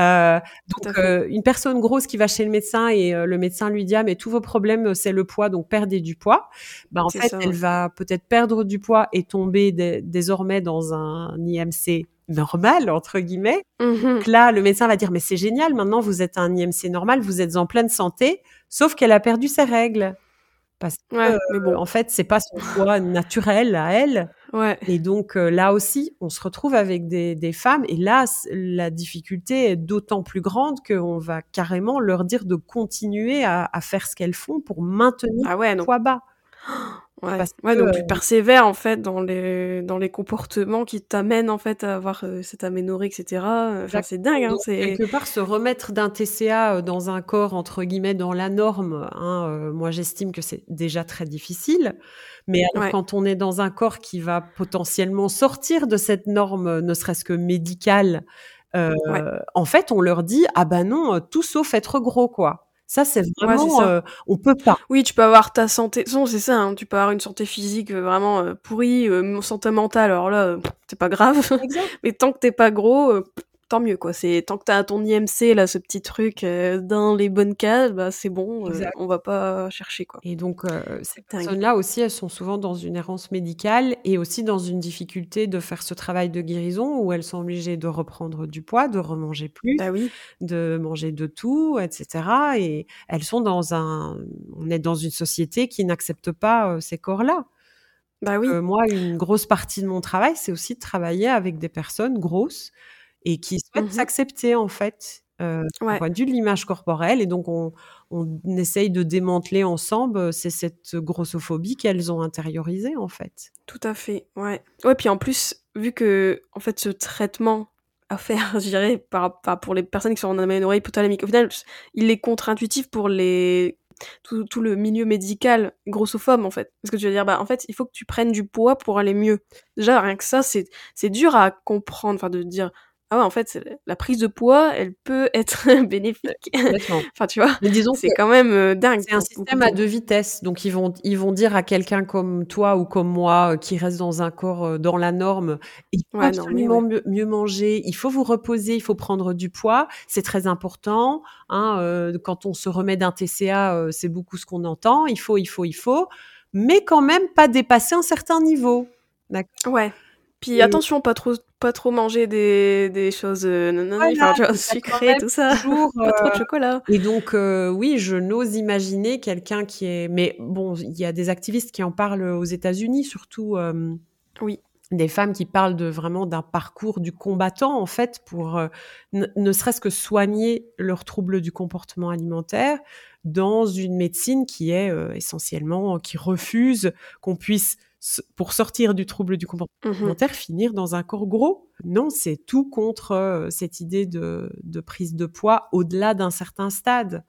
Tout à donc fait. une personne grosse qui va chez le médecin et le médecin lui dit: «Ah mais tous vos problèmes, c'est le poids, donc perdez du poids». Bah, en C'est fait, ça, elle ouais. va peut-être perdre du poids et tomber désormais dans un IMC «normal» entre guillemets. Mmh. Donc là, le médecin va dire: «Mais c'est génial, maintenant vous êtes à un IMC normal, vous êtes en pleine santé», sauf qu'elle a perdu ses règles. Parce que, Ouais, mais bon. en fait, c'est pas son poids naturel à elle, Ouais. et donc là aussi, on se retrouve avec des femmes, et là, la difficulté est d'autant plus grande qu'on va carrément leur dire de continuer à faire ce qu'elles font pour maintenir Ah ouais, le donc poids bas. ouais. Parce Ouais, que, donc tu persévères, en fait, dans les comportements qui t'amènent, en fait, à avoir, cette aménorrhée et cetera, enfin, c'est dingue, exactement, hein, donc c'est quelque part se remettre d'un TCA, dans un corps entre guillemets «dans la norme», hein, moi j'estime que c'est déjà très difficile. Mais alors ouais, quand on est dans un corps qui va potentiellement sortir de cette norme, ne serait-ce que médicale, ouais. en fait on leur dit: «Ah bah non, tout sauf être gros, quoi». Ça c'est Ouais, c'est vraiment, ça. on peut pas. Oui, tu peux avoir ta santé de toute façon, c'est ça, hein, tu peux avoir une santé physique, vraiment, pourrie, santé mentale, alors là, c'est pas grave. Exact, Mais tant que tu es pas gros, tant mieux, quoi. C'est tant que tu as ton IMC là, ce petit truc, dans les bonnes cases, bah, c'est bon, exact. on va pas chercher, quoi. Et donc, ces C'est dingue. personnes-là aussi, elles sont souvent dans une errance médicale et aussi dans une difficulté de faire ce travail de guérison où elles sont obligées de reprendre du poids, de remanger plus, Bah oui, de manger de tout, et cetera, et elles sont on est dans une société qui n'accepte pas, ces corps-là. bah oui. Moi, une grosse partie de mon travail, c'est aussi de travailler avec des personnes grosses et qui souhaitent Mmh. s'accepter, en fait, d'un Ouais, point de vue de l'image corporelle, et donc on essaye de démanteler ensemble, c'est cette grossophobie qu'elles ont intériorisée, en fait. tout à fait, ouais. Ouais, puis en plus, vu que en fait, ce traitement à faire, je dirais, pour les personnes qui sont en aménorrhée hypothalamique, au final, il est contre-intuitif pour tout le milieu médical grossophobe, en fait. Parce que tu vas dire: «Bah, en fait, il faut que tu prennes du poids pour aller mieux». Déjà, rien que ça, c'est dur à comprendre, enfin, de dire: «Ah ouais, en fait, c'est la prise de poids, elle peut être bénéfique». Complètement. Enfin, tu vois? Mais disons que C'est quand même, dingue c'est un pour beaucoup système de à gens. 2 vitesses, donc ils vont dire à quelqu'un comme toi ou comme moi, qui reste dans un corps, dans la norme: «Il faut Ouais, normé, absolument ouais. mieux manger, il faut vous reposer, il faut prendre du poids, c'est très important, hein, quand on se remet d'un TCA, c'est beaucoup ce qu'on entend, il faut, mais quand même pas dépasser un certain niveau». D'accord? Ouais. Puis Et attention, pas trop manger des choses, nanani, voilà, enfin, tu vois, donc il y a quand sucrées, même tout ça. toujours, Pas trop de chocolat. et donc oui, je n'ose imaginer quelqu'un qui est, mais bon, il y a des activistes qui en parlent, aux États-Unis, surtout, Oui. des femmes qui parlent de vraiment d'un parcours du combattant, en fait, pour, ne serait-ce que soigner leurs troubles du comportement alimentaire dans une médecine qui est, essentiellement qui refuse qu'on puisse pour sortir du trouble du comportement Mmh. alimentaire, finir dans un corps gros. Non, c'est tout contre, cette idée de prise de poids au-delà d'un certain stade.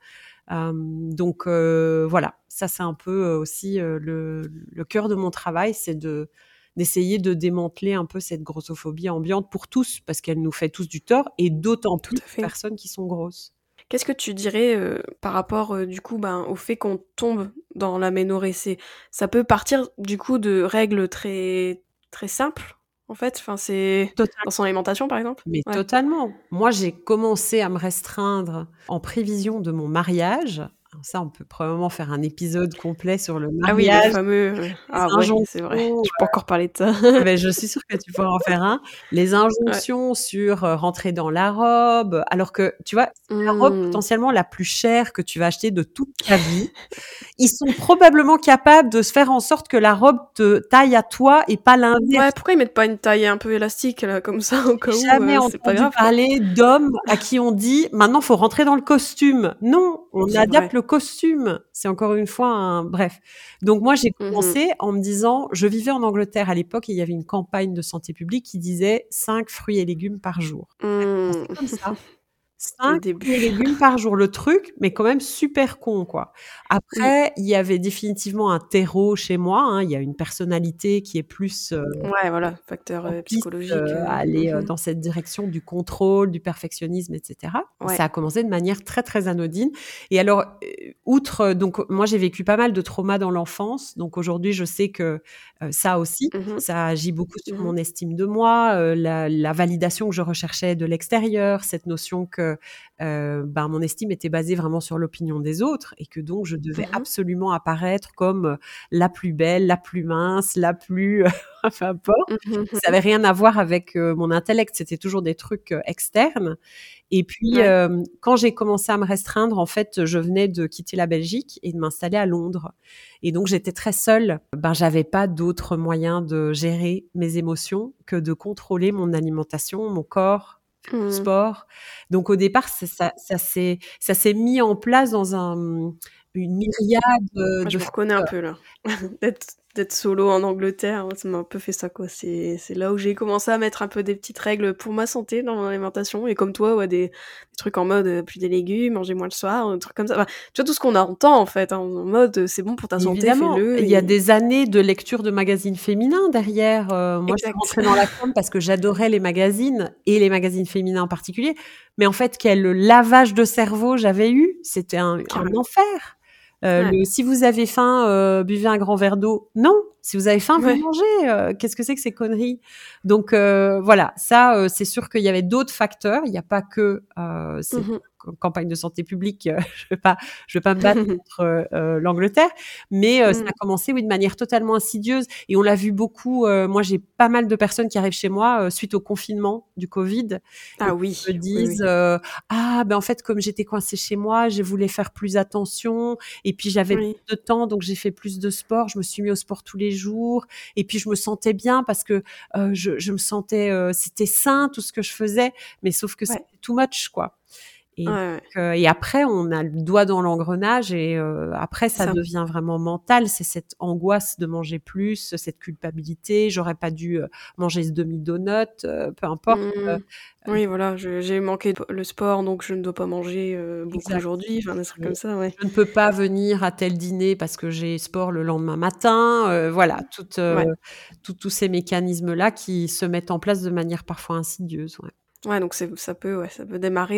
Donc voilà, ça c'est un peu, aussi, le cœur de mon travail, c'est d'essayer de démanteler un peu cette grossophobie ambiante pour tous, parce qu'elle nous fait tous du tort, et d'autant Tout plus à aux fait. personnes qui sont grosses. Qu'est-ce que tu dirais, par rapport, du coup, ben, au fait qu'on tombe dans l'aménorrhée? Ça peut partir, du coup, de règles très très simples, en fait? Enfin, c'est dans son alimentation, par exemple? Mais Ouais. totalement. Moi, j'ai commencé à me restreindre en prévision de mon mariage, ça, on peut probablement faire un épisode complet sur le Ah oui, le mariage, fameux, les ouais, c'est vrai. injonctions, Je peux encore parler de ça. beh, je suis sûre que tu pourras en faire un. Les Ouais. injonctions sur, rentrer dans la robe, alors que, tu vois, c'est la robe Mmh. potentiellement la plus chère que tu vas acheter de toute ta vie. Ils sont probablement capables de se faire en sorte que la robe te taille à toi et pas Ouais, l'inverse. pourquoi ils mettent pas une taille un peu élastique là, comme ça, au cas J'ai où, jamais c'est pas entendu grave, quoi? parler d'hommes à qui on dit: «Maintenant, faut rentrer dans le costume». Non, on C'est adapte vrai. le costume. C'est encore une fois un bref. Donc moi, j'ai Mmh. commencé en me disant je vivais en Angleterre à l'époque et il y avait une campagne de santé publique qui disait 5 fruits et légumes par jour. J'ai commencé Mmh. comme ça. Le 5 fruits et début. légumes par jour. Le truc, mais quand même super con, quoi. Oui. Après, il y avait définitivement un terreau chez moi, hein. Il y a une personnalité qui est plus, Ouais, voilà, facteur, propice, psychologique, à aller, mmh. dans cette direction du contrôle, du perfectionnisme et cetera. Ouais. Ça a commencé de manière très, très anodine et alors, outre, donc moi j'ai vécu pas mal de traumas dans l'enfance, donc aujourd'hui je sais que, ça aussi, Mmh mh. ça agit beaucoup sur Mmh. mon estime de moi, la validation que je recherchais de l'extérieur, cette notion que, ben, mon estime était basée vraiment sur l'opinion des autres et que donc je devais Mmh. absolument apparaître comme, la plus belle, la plus mince, la plus enfin bon. Mmh mh, Ça mmh. avait rien à voir avec, mon intellect, c'était toujours des trucs, externes et puis, Ouais. quand j'ai commencé à me restreindre, en fait, je venais de quitter la Belgique et de m'installer à Londres et donc j'étais très seule. Ben, j'avais pas d'autre moyen de gérer mes émotions que de contrôler mon alimentation, mon corps, faire du Mmh. sport. Donc au départ, c'est ça s'est mis en place dans une myriade, Ah, de je me reconnais un facteurs. peu là. D'être solo en Angleterre, moi ça m'a un peu fait ça, quoi. C'est là où j'ai commencé à mettre un peu des petites règles pour ma santé dans mon alimentation et comme toi, ouais, des trucs en mode, plus des légumes, manger moins le soir, des trucs comme ça. Enfin, tu vois tout ce qu'on entend en fait, hein, en mode, c'est bon pour ta santé, Évidemment, fais-le il y a et des années de lecture de magazines féminins derrière. Moi, je suis exact. rentrée dans la com parce que j'adorais les magazines et les magazines féminins en particulier. Mais en fait, quel lavage de cerveau j'avais eu, c'était un Carrément. enfer. Ouais. Le «si vous avez faim, buvez un grand verre d'eau». Non, si vous avez faim, vous Ouais. mangez. Qu'est-ce que c'est que ces conneries? Donc voilà, ça, c'est sûr qu'il y avait d'autres facteurs. Il n'y a pas que, cette Mmh campagne de santé publique. Je vais pas me battre contre, l'Angleterre, mais ça a Mmh. commencé, oui, de manière totalement insidieuse et on l'a vu beaucoup, moi, j'ai pas mal de personnes qui arrivent chez moi, suite au confinement du covid et Ah qui me oui, oui, disent, oui. «Ah, ben, en fait, comme j'étais coincée chez moi, je voulais faire plus attention et puis j'avais Oui. plus de temps, donc j'ai fait plus de sport. Je me suis mis au sport tous les jours et puis je me sentais bien parce que, je me sentais, c'était sain tout ce que je faisais, mais sauf que Ouais. c'était too much, quoi». Et Ouais, donc, ouais. et après on a le doigt dans l'engrenage et après C'est ça ça. devient vraiment mental. C'est cette angoisse de manger plus, cette culpabilité. J'aurais pas dû, manger ce demi-donut, peu importe, Mmh. Oui, voilà, je j'ai manqué le sport, donc je ne dois pas manger, beaucoup exact. aujourd'hui, enfin des trucs comme ça, ouais. Je ne peux pas venir à tel dîner parce que j'ai sport le lendemain matin, voilà, Ouais. tous ces mécanismes-là qui se mettent en place de manière parfois insidieuse, ouais. Ouais, donc ça peut démarrer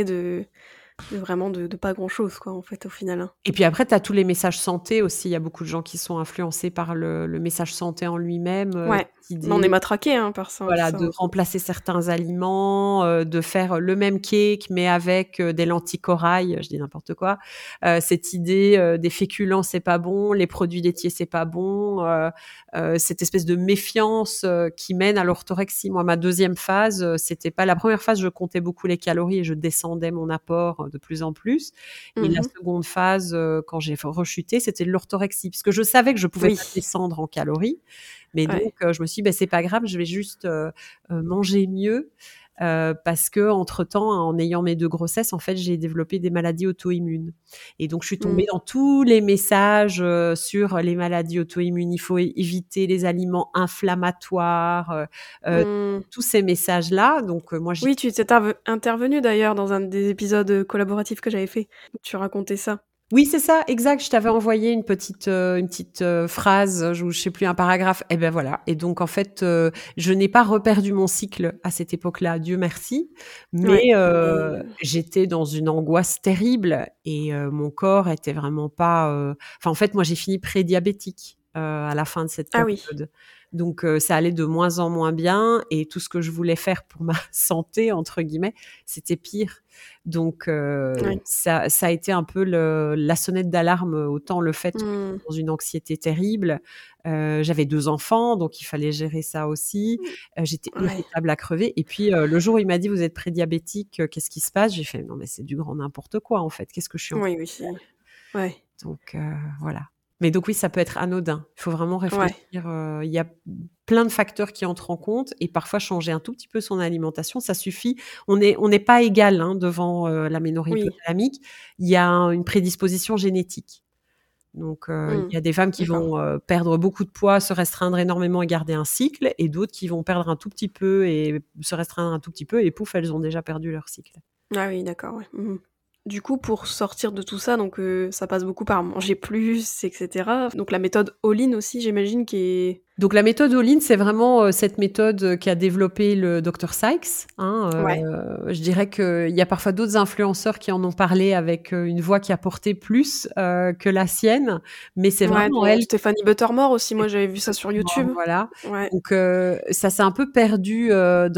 de vraiment de pas grand chose quoi, en fait, au final, hein. Et puis après, tu as tous les messages santé aussi. Il y a beaucoup de gens qui sont influencés par le message santé en lui-même, Ouais, cette mais on est idée, matraqués, hein, par voilà, ça de aussi. remplacer certains aliments, de faire le même cake mais avec, des lentilles corail, je dis n'importe quoi. Cette idée, des féculents, c'est pas bon, les produits laitiers, c'est pas bon, cette espèce de méfiance, qui mène à l'orthorexie. Moi, ma deuxième phase, c'était pas la première phase, je comptais beaucoup les calories et je descendais mon apport, de plus en plus et la Mmh. seconde phase, quand j'ai rechuté, c'était de l'orthorexie puisque je savais que je pouvais Oui, pas descendre en calories, mais donc ouais. je me suis dit: «Beh, c'est pas grave, je vais juste, manger mieux», parce qu'entre-temps, en ayant mes 2 grossesses, en fait, j'ai développé des maladies auto-immunes et donc je suis tombée Mmh. dans tous les messages, sur les maladies auto-immunes. Il faut éviter les aliments inflammatoires, Mmh. tous ces messages-là, donc moi j'y Oui, tu étais intervenue d'ailleurs dans un des épisodes, collaboratifs que j'avais fait. Tu racontais ça. oui, c'est ça, exact. Je t'avais envoyé une petite, phrase, je sais plus, un paragraphe et ben voilà et donc en fait, je n'ai pas reperdu mon cycle à cette époque-là, Dieu merci, Ouais, mais mais j'étais dans une angoisse terrible et mon corps était vraiment pas, enfin en fait, moi j'ai fini prédiabétique, à la fin de cette Ah oui. période. Donc ça allait de moins en moins bien et tout ce que je voulais faire pour ma «santé» entre guillemets, c'était pire. Donc Oui. ça a été un peu la sonnette d'alarme, autant le fait que Mmh. j'étais dans une anxiété terrible. J'avais 2 enfants, donc il fallait gérer ça aussi. J'étais Ouais. irritable à crever et puis, le jour où il m'a dit: «Vous êtes prédiabétique, qu'est-ce qui se passe?» J'ai fait: «Non mais c'est du grand n'importe quoi en fait, qu'est-ce que je suis en train Oui, oui, de faire?» ouais. Donc voilà. Mais donc oui, ça peut être anodin. Il faut vraiment réfléchir, Ouais. il y a plein de facteurs qui entrent en compte et parfois changer un tout petit peu son alimentation, ça suffit. On n'est pas égal, hein, devant, l'aménorrhée Oui. hypothalamique. Il y a une prédisposition génétique. Donc il Mmh. y a des femmes qui D'accord. vont, perdre beaucoup de poids, se restreindre énormément et garder un cycle et d'autres qui vont perdre un tout petit peu et se restreindre un tout petit peu et pouf, elles ont déjà perdu leur cycle. Ah oui, d'accord, ouais. Mmh. Du coup, pour sortir de tout ça, donc ça passe beaucoup par manger plus et cetera. Donc la méthode all-in aussi, j'imagine, qui est Donc la méthode All-in, c'est vraiment, cette méthode, qu'a développée le docteur Sykes, hein, ouais. je dirais qu'il y a parfois d'autres influenceurs qui en ont parlé avec, une voix qui a porté plus, que la sienne, mais c'est Ouais, vraiment dont elle. Stéphanie Buttermore aussi, moi j'avais vu ça sur YouTube. Voilà. Ouais. Donc ça s'est un peu perdu,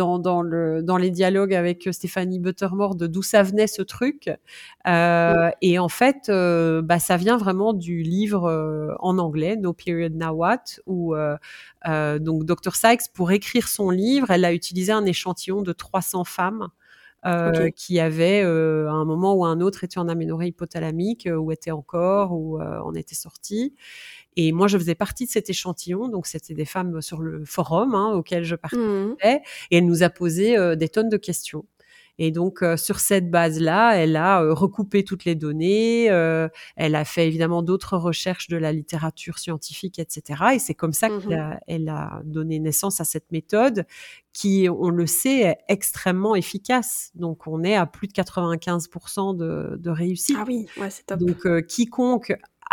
dans les dialogues avec, Stéphanie Buttermore de d'où ça venait ce truc. Mmh. Et en fait, ça vient vraiment du livre, en anglais No Period Now What où, donc Dr Sykes pour écrire son livre, elle a utilisé un échantillon de 300 femmes, OK. qui avaient, à un moment ou à un autre été en aménorrhée hypothalamique, ou étaient encore ou, en étaient sorties. Et moi, je faisais partie de cet échantillon, donc c'était des femmes sur le forum, hein, auquel je Mmh mh. participais et elle nous a posé, des tonnes de questions. Et donc sur cette base-là, elle a, recoupé toutes les données, elle a fait évidemment d'autres recherches de la littérature scientifique et cetera et c'est comme ça Mmh. elle a donné naissance à cette méthode qui, on le sait, est extrêmement efficace. Donc on est à plus de 95 de réussite. Ah oui, ouais, c'est top. Donc quiconque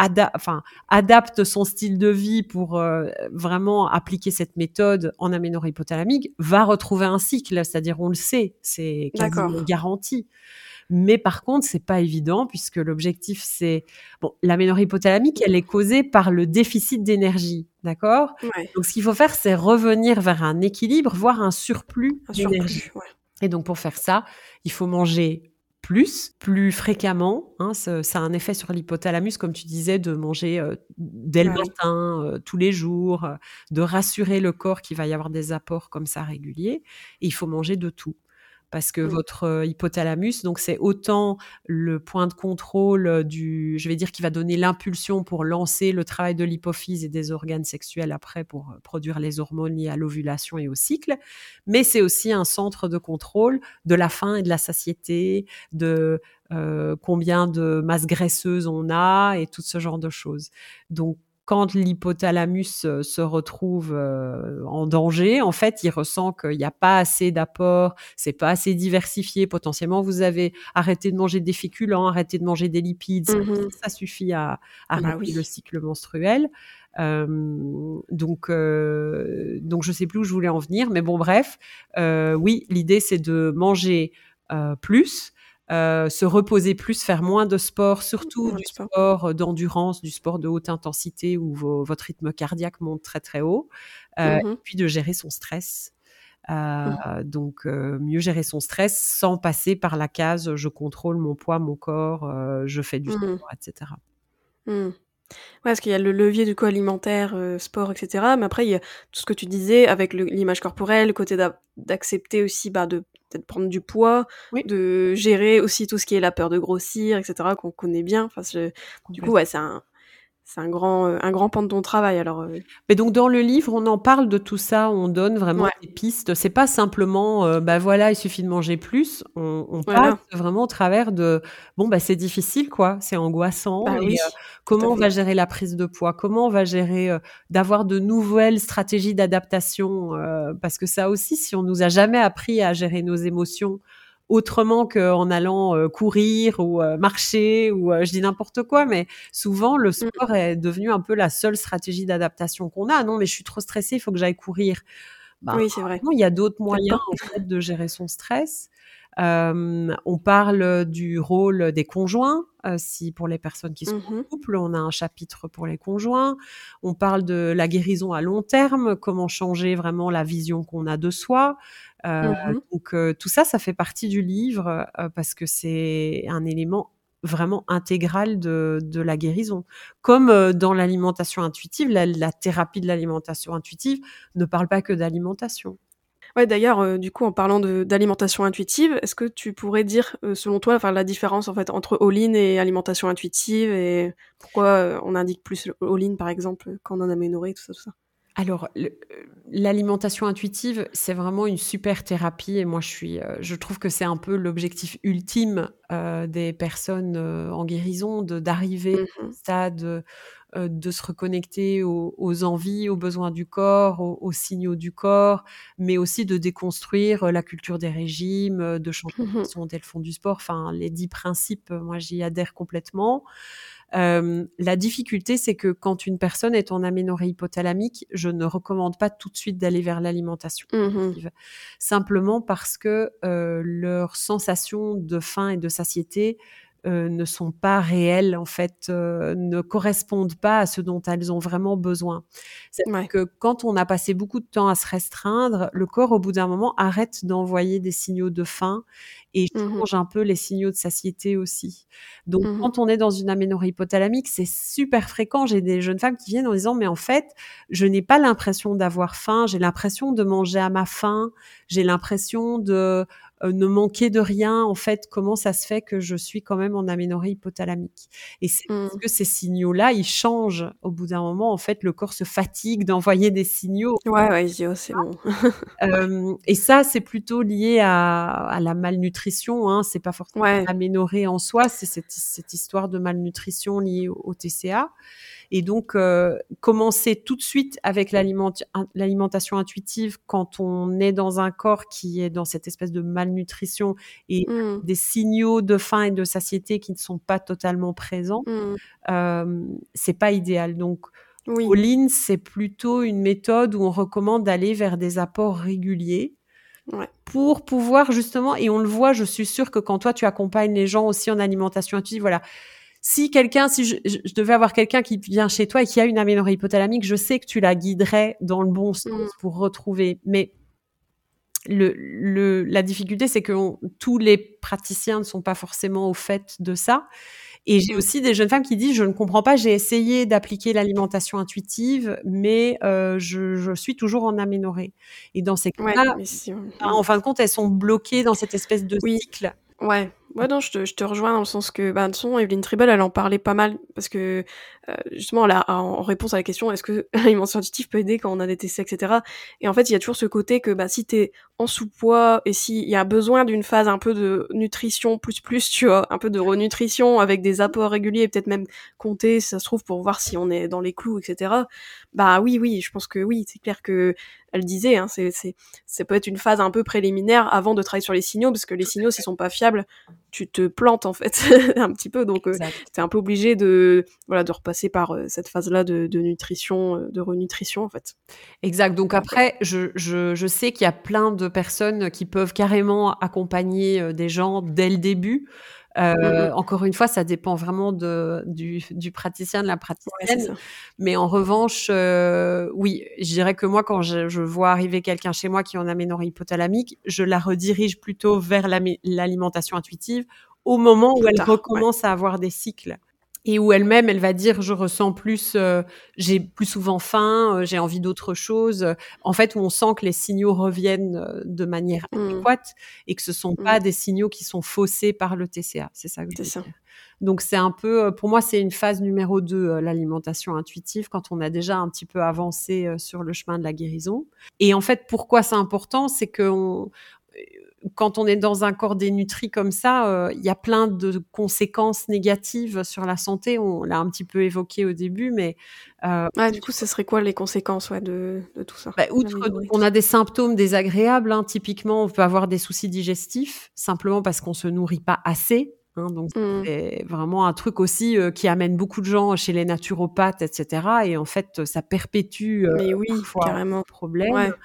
adapte son style de vie pour, vraiment appliquer cette méthode en aménorrhée hypothalamique, va retrouver un cycle. C'est-à-dire, on le sait, c'est quasiment D'accord. garanti. Mais par contre, c'est pas évident puisque l'objectif, c'est bon, l'aménorrhée hypothalamique, elle est causée par le déficit d'énergie, d'accord? Ouais, Donc ce qu'il faut faire, c'est revenir vers un équilibre, voire un surplus un d'énergie. surplus, ouais. Et donc pour faire ça, il faut manger plus fréquemment, hein. Ça a un effet sur l'hypothalamus, comme tu disais, de manger, dès le Bah oui. matin, tous les jours, de rassurer le corps qu'il va y avoir des apports comme ça réguliers et il faut manger de tout. Parce que Mmh. votre, hypothalamus, donc c'est autant le point de contrôle, je vais dire qui va donner l'impulsion pour lancer le travail de l'hypophyse et des organes sexuels après pour, produire les hormones liées à l'ovulation et au cycle, mais c'est aussi un centre de contrôle de la faim et de la satiété, de, combien de masse graisseuse on a et tout ce genre de choses. Donc quand l'hypothalamus, se retrouve, en danger, en fait, il ressent qu'il y a pas assez d'apports, c'est pas assez diversifié. Potentiellement, vous avez arrêté de manger des féculents, arrêté de manger des lipides. Ça aussi, Mmh. ça suffit à Bah arrêter le oui. cycle menstruel. Donc je sais plus où je voulais en venir, mais bon bref, oui, l'idée c'est de manger, plus, se reposer plus, faire moins de sport, surtout Moins du de sport. sport, d'endurance, du sport de haute intensité où votre rythme cardiaque monte très, très haut, et Mmh. puis de gérer son stress. Mmh. Donc mieux gérer son stress sans passer par la case, je contrôle mon poids, mon corps, je fais du Mmh. sport et cetera. Mmh. Ouais, parce qu'il y a le levier du coup alimentaire, sport et cetera, mais après il y a tout ce que tu disais avec l'image corporelle, le côté d'accepter aussi, bah, de peut-être prendre du poids, Oui, de gérer aussi tout ce qui est la peur de grossir et cetera qu'on connaît bien. Enfin du coup, complètement. ouais, un grand pan de ton travail alors, Mais donc dans le livre, on en parle de tout ça, on donne vraiment ouais, des pistes. C'est pas simplement, bah, voilà, il suffit de manger plus. On passe voilà. vraiment au travers de bon, bah, c'est difficile quoi, c'est angoissant Bah et oui, tout à comment on va fait. gérer la prise de poids? Comment on va gérer, d'avoir de nouvelles stratégies d'adaptation? Parce que ça aussi, si on nous a jamais appris à gérer nos émotions autrement qu'en allant, courir ou, marcher ou, je dis n'importe quoi, mais souvent, le Mmh. sport est devenu un peu la seule stratégie d'adaptation qu'on a. «Non, mais je suis trop stressée, il faut que j'aille courir». Ben, Oui, c'est vrai. non, il y a d'autres Peut-être moyens, pas. en fait, de gérer son stress. On parle du rôle des conjoints, si pour les personnes qui sont en Mmh. couple, on a un chapitre pour les conjoints. On parle de la guérison à long terme, comment changer vraiment la vision qu'on a de soi. Mmh. Donc tout ça, ça fait partie du livre, parce que c'est un élément vraiment intégral de la guérison. Comme, dans l'alimentation intuitive, la thérapie de l'alimentation intuitive ne parle pas que d'alimentation. Ouais, d'ailleurs, du coup, en parlant d'alimentation intuitive, est-ce que tu pourrais dire, selon toi, enfin, la différence, en fait, entre all-in et alimentation intuitive et pourquoi, on indique plus le all-in, par exemple, quand on en aménorrhée, tout ça, tout ça? Alors, l'alimentation intuitive, c'est vraiment une super thérapie et moi je trouve que c'est un peu l'objectif ultime, des personnes, en guérison d'arriver Mmh au mh. stade, de se reconnecter aux envies, aux besoins du corps, aux signaux du corps, mais aussi de déconstruire, la culture des régimes, de changer la Mmh. façon dont elles font du sport. Enfin, les 10 principes, moi j'y adhère complètement. La difficulté, c'est que quand une personne est en aménorrhée hypothalamique, je ne recommande pas tout de suite d'aller vers l'alimentation Mmh. intuitive. Simplement parce que, leurs sensations de faim et de satiété, ne sont pas réelles en fait, ne correspondent pas à ce dont elles ont vraiment besoin. C'est-à-dire Ouais. que quand on a passé beaucoup de temps à se restreindre, le corps au bout d'un moment arrête d'envoyer des signaux de faim et Mmh. change un peu les signaux de satiété aussi. Donc Mmh. quand on est dans une aménorrhée hypothalamique, c'est super fréquent. J'ai des jeunes femmes qui viennent en disant: «Mais en fait, je n'ai pas l'impression d'avoir faim, j'ai l'impression de manger à ma faim, j'ai l'impression de, ne manquer de rien. En fait, comment ça se fait que je suis quand même en aménorrhée hypothalamique?» Et c'est parce Mmh. que ces signaux-là, ils changent. Au bout d'un moment, en fait, le corps se fatigue d'envoyer des signaux. Ouais, ouais, il se dit: «Oh, c'est bon». Et ça, c'est plutôt lié à la malnutrition, hein. C'est pas forcément Ouais. l'aménorrhée en soi, c'est cette histoire de malnutrition liée au TCA. Et donc, commencer tout de suite avec l'alimentation intuitive quand on est dans un corps qui est dans cette espèce de malnutrition et Mmh. des signaux de faim et de satiété qui ne sont pas totalement présents, Mmh. c'est pas idéal. Donc, Oui. all-in, c'est plutôt une méthode où on recommande d'aller vers des apports réguliers Ouais. pour pouvoir justement, et on le voit, je suis sûre que quand toi tu accompagnes les gens aussi en alimentation intuitive, voilà. Si je devais avoir quelqu'un qui vient chez toi et qui a une aménorrhée hypothalamique, je sais que tu la guiderais dans le bon Mmh. sens pour retrouver. Mais la difficulté, c'est que tous les praticiens ne sont pas forcément au fait de ça. Et j'ai Mmh. aussi des jeunes femmes qui disent: «Je ne comprends pas, j'ai essayé d'appliquer l'alimentation intuitive, mais je suis toujours en aménorrhée». Et dans ces Ouais, cas-là, mais si, en fin de compte, elles sont bloquées dans cette espèce de oui. cycle. Ouais. Ouais, non, je te rejoins dans le sens que, bah, de toute façon, Evelyne Tribal, elle en parlait pas mal parce que, justement, là, en réponse à la question: «Est-ce que l'alimentation intuitive peut aider quand on a des TCA?» et cetera. Et en fait, il y a toujours ce côté que, bah, si t'es en sous-poids et s'il y a besoin d'une phase un peu de nutrition plus, tu vois? Un peu de renutrition avec des apports réguliers, peut-être même compter, si ça se trouve, pour voir si on est dans les clous et cetera. Bah, oui, je pense que oui, c'est clair que elle disait, hein, ça peut être une phase un peu préliminaire avant de travailler sur les signaux parce que les Tout à signaux, s'ils fait. sont pas fiables, tu te plantes en fait un petit peu, donc Exact. tu un peu obligé de voilà, de repasser par, cette phase-là de nutrition, de renutrition en fait. Exact. Donc après, je sais qu'il y a plein de personnes qui peuvent carrément accompagner, des gens dès le début. Mmh mh. Encore une fois, ça dépend vraiment du praticien, de la Ouais, c'est praticienne. ça. Mais en revanche, oui, je dirais que moi, quand je vois arriver quelqu'un chez moi qui est en aménorrhée hypothalamique, je la redirige plutôt vers l'alimentation intuitive au moment où Plus elle tard, ouais. recommence à avoir des cycles. Et où elle-même, elle va dire: «Je ressens plus, j'ai plus souvent faim, j'ai envie d'autre chose», en fait, où on sent que les signaux reviennent, de manière Mmh. adéquate et que ce sont Mmh. pas des signaux qui sont faussés par le TCA. C'est ça que je C'est veux ça. dire. Donc c'est un peu, pour moi, c'est une phase numéro 2, l'alimentation intuitive, quand on a déjà un petit peu avancé, sur le chemin de la guérison. Et en fait, pourquoi c'est important? C'est qu'on quand on est dans un corps dénutri comme ça, il y a plein de conséquences négatives sur la santé. On l'a un petit peu évoqué au début, mais Ah, du coup, ce serait quoi les conséquences, ouais, de tout ça? bah, outre L'aménorrhée, tout qu'on ça? a des symptômes désagréables, hein, typiquement, on peut avoir des soucis digestifs, simplement parce qu'on se nourrit pas assez. hein, donc Mmh. c'est vraiment un truc aussi, qui amène beaucoup de gens chez les naturopathes et cetera et en fait, ça perpétue, Mais oui, parfois carrément. le problème. Ouais.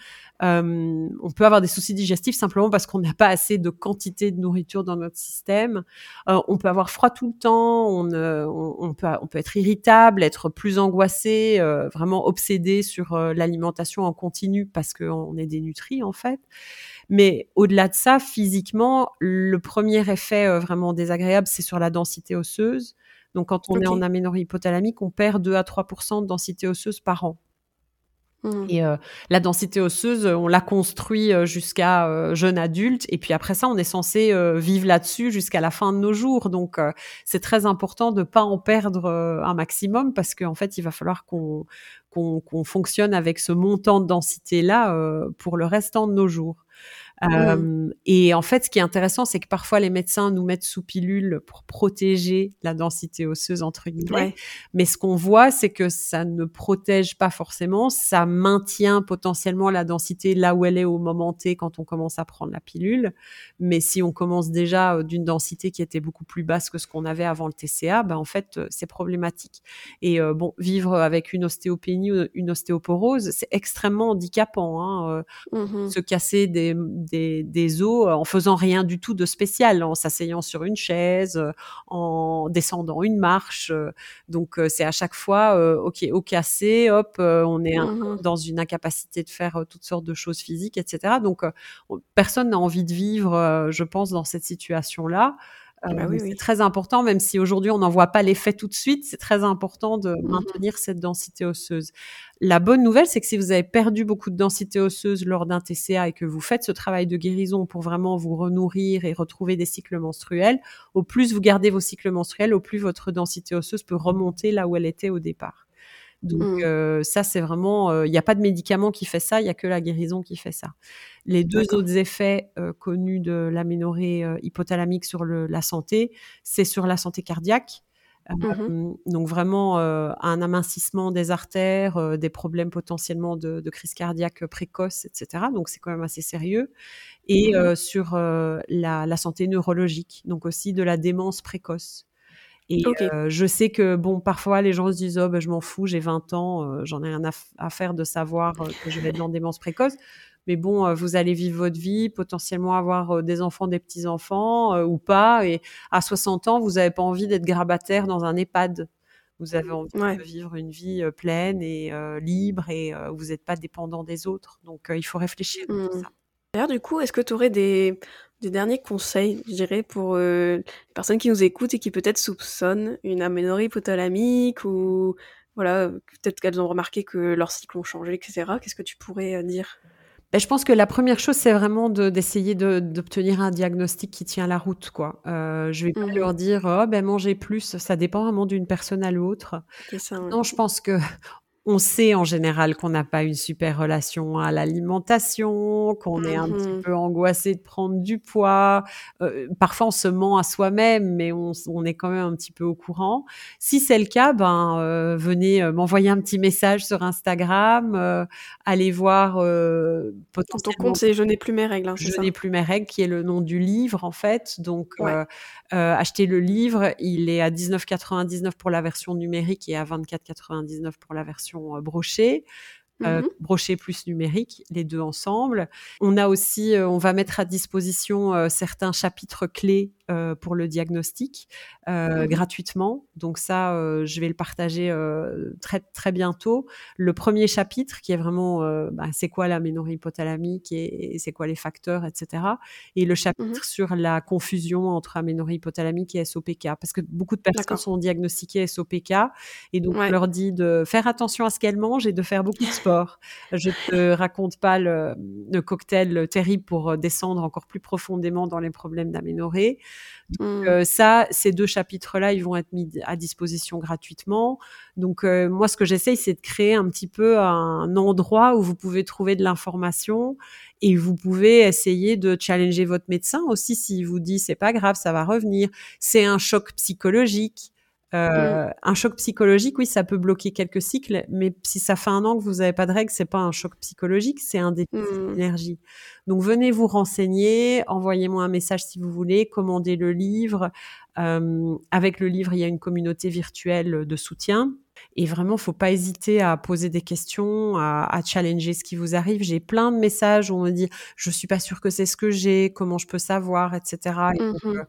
On peut avoir des soucis digestifs simplement parce qu'on n'a pas assez de quantité de nourriture dans notre système. On peut avoir froid tout le temps, on peut être irritable, être plus angoissé, vraiment obsédé sur, l'alimentation en continu parce qu'on est dénutri, en fait. Mais au-delà de ça, physiquement, le premier effet, vraiment désagréable, c'est sur la densité osseuse. Donc quand on est en OK. aménorrhée hypothalamique, on perd 2 à 3 de densité osseuse par an. Mmh. Et la densité osseuse, on la construit, jusqu'à, jeune adulte et puis après ça, on est censé, vivre là-dessus jusqu'à la fin de nos jours. Donc c'est très important de pas en perdre, un maximum parce qu'en fait, il va falloir qu'on fonctionne avec ce montant de densité-là, pour le restant de nos jours. Mmh. Et en fait, ce qui est intéressant, c'est que parfois les médecins nous mettent sous pilule pour protéger la «densité osseuse» entre guillemets. Ouais. Mais ce qu'on voit, c'est que ça ne protège pas forcément, ça maintient potentiellement la densité là où elle est au moment T quand on commence à prendre la pilule. Mais si on commence déjà, d'une densité qui était beaucoup plus basse que ce qu'on avait avant le TCA, ben, en fait, c'est problématique. Et bon, vivre avec une ostéopénie ou une ostéoporose, c'est extrêmement handicapant, hein, Mmh. se casser des os en faisant rien du tout de spécial, en s'asseyant sur une chaise, en descendant une marche. Donc c'est à chaque fois, OK, au cassé, hop, on est Mmh. dans une incapacité de faire toutes sortes de choses physiques, etc. Donc personne n'a envie de vivre, je pense, dans cette situation-là. Bah, Mais oui, c'est oui. très important, même si aujourd'hui on n'en voit pas l'effet tout de suite, c'est très important de Mmh. maintenir cette densité osseuse. La bonne nouvelle, c'est que si vous avez perdu beaucoup de densité osseuse lors d'un TCA et que vous faites ce travail de guérison pour vraiment vous renourrir et retrouver des cycles menstruels, au plus vous gardez vos cycles menstruels, au plus votre densité osseuse peut remonter là où elle était au départ. Donc Mmh. ça, c'est vraiment, il y a pas de médicament qui fait ça, il y a que la guérison qui fait ça. Les 2 D'accord. autres effets, connus de l'aménorrhée, hypothalamique sur la santé, c'est sur la santé cardiaque. Mmh. Donc vraiment, un amincissement des artères, des problèmes potentiellement de crise cardiaque précoce et cetera. Donc c'est quand même assez sérieux et Mmh. sur, la santé neurologique, donc aussi de la démence précoce. Et OK. je sais que bon, parfois les gens se disent: «Oh ben je m'en fous, j'ai 20 ans, j'en ai rien à faire de savoir, que je vais être en démence précoce». Mais bon, vous allez vivre votre vie, potentiellement avoir, des enfants, des petits-enfants, ou pas et à 60 ans, vous avez pas envie d'être grabataire dans un EHPAD. Vous avez envie Ouais. de vivre une vie, pleine et libre et vous êtes pas dépendant des autres. Donc il faut réfléchir à tout Mmh. ça. D'ailleurs, du coup, est-ce que tu aurais des derniers conseils, je dirais, pour, les personnes qui nous écoutent et qui peut-être soupçonnent une aménorrhée hypothalamique ou voilà, peut-être qu'elles ont remarqué que leurs cycles ont changé et cetera? Qu'est-ce que tu pourrais, dire? Beh, je pense que la première chose, c'est vraiment d'essayer d'obtenir un diagnostic qui tient la route, quoi. Je vais pas Mmh mh. leur dire: «Oh, ben mangez plus», ça dépend vraiment d'une personne à l'autre. C'est ça, ouais. Maintenant, je pense que on sait en général qu'on n'a pas une super relation à l'alimentation, qu'on est un petit Mmh. peu angoissé de prendre du poids. Parfois on se ment à soi-même, mais on est quand même un petit peu au courant. Si c'est le cas, ben, venez, m'envoyer un petit message sur Instagram, allez voir, Ton compte, potentiellement c'est «Je n'ai plus mes règles», hein, c'est Je ça? n'ai plus mes règles, qui est le nom du livre en fait. Donc Ouais. achetez le livre, il est à 19,99 pour la version numérique et à 24,99 pour la version, brochée. Mmh mh. Broché plus numérique, les 2 ensemble. On a aussi, on va mettre à disposition, certains chapitres clés, pour le diagnostic, Mmh mh. gratuitement. Donc ça, je vais le partager, très, très bientôt. Le premier chapitre qui est vraiment, c'est quoi l'aménorrhée hypothalamique et c'est quoi les facteurs et cetera. Et le Mmh mh. chapitre sur la confusion entre aménorrhée hypothalamique et SOPK. Parce que beaucoup de personnes D'accord. sont diagnostiquées SOPK et donc on Ouais. leur dit de faire attention à ce qu'elles mangent et de faire beaucoup de sport. Je te raconte pas le cocktail terrible pour, descendre encore plus profondément dans les problèmes d'aménorrhée. Mmh. Ça, ces 2 chapitres-là, ils vont être mis à disposition gratuitement. Donc moi, ce que j'essaye, c'est de créer un petit peu un endroit où vous pouvez trouver de l'information et vous pouvez essayer de challenger votre médecin aussi s'il vous dit: «C'est pas grave, ça va revenir». C'est un choc psychologique. Mmh. Un choc psychologique, oui, ça peut bloquer quelques cycles, mais si ça fait 1 an que vous n'avez pas de règles, c'est pas un choc psychologique, c'est un déficit Mmh. d'énergie. Donc venez vous renseigner, envoyez-moi un message si vous voulez, commandez le livre, Avec le livre, il y a une communauté virtuelle de soutien. Et vraiment, faut pas hésiter à poser des questions, à challenger ce qui vous arrive. J'ai plein de messages où on me dit « je suis pas sûre que c'est ce que j'ai, comment je peux savoir ?» etc. Et donc,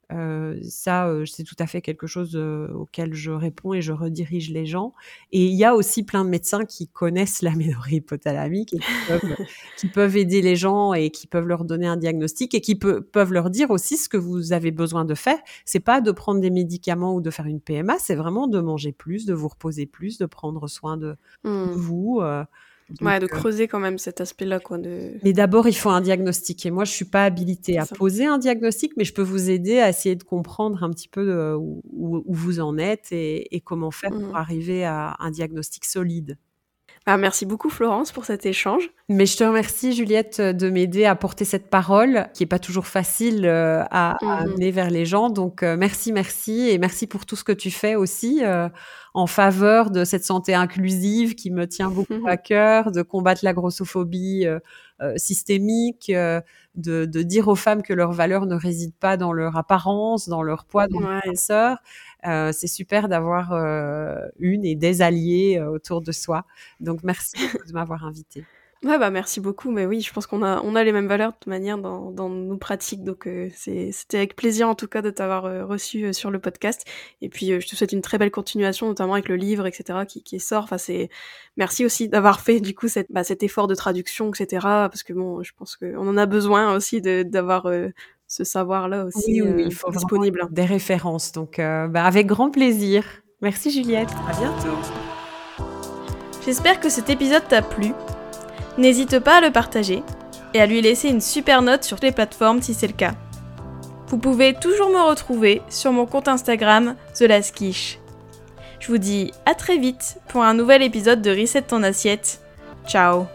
c'est tout à fait quelque chose auquel je réponds et je redirige les gens. Et il y a aussi plein de médecins qui connaissent l'aménorrhée hypothalamique et qui peuvent aider les gens et qui peuvent leur donner un diagnostic et qui peuvent leur dire aussi ce que vous avez besoin de faire. C'est pas de prendre des médicaments ou de faire une PMA, c'est vraiment de manger plus, de vous reposer plus, de prendre soin de vous. Ouais, de creuser quand même cet aspect-là, quoi. Mais d'abord, il faut un diagnostic. Et moi, je suis pas habilitée à poser un diagnostic, mais je peux vous aider à essayer de comprendre un petit peu où vous en êtes et comment faire pour arriver à un diagnostic solide. Merci beaucoup Florence pour cet échange. Mais je te remercie Juliette de m'aider à porter cette parole qui est pas toujours facile à amener vers les gens. Donc merci et merci pour tout ce que tu fais aussi en faveur de cette santé inclusive qui me tient beaucoup à cœur, de combattre la grossophobie systémique, de dire aux femmes que leur valeur ne réside pas dans leur apparence, dans leur poids, dans leur minceur. C'est super d'avoir une et des alliés autour de soi. Donc, merci de m'avoir invitée. Ouais, merci beaucoup. Mais oui, je pense qu'on a les mêmes valeurs de toute manière dans nos pratiques. Donc, c'était avec plaisir en tout cas de t'avoir reçu sur le podcast. Et puis, je te souhaite une très belle continuation, notamment avec le livre, etc. qui sort. Enfin, merci aussi d'avoir fait du coup cet effort de traduction, etc. Parce que bon, je pense qu'on en a besoin aussi d'avoir ce savoir-là aussi il faut disponible. Des références. Donc, avec grand plaisir. Merci Juliette. À bientôt. J'espère que cet épisode t'a plu. N'hésite pas à le partager et à lui laisser une super note sur les plateformes si c'est le cas. Vous pouvez toujours me retrouver sur mon compte Instagram TheLasquiche. Je vous dis à très vite pour un nouvel épisode de Reset ton assiette. Ciao.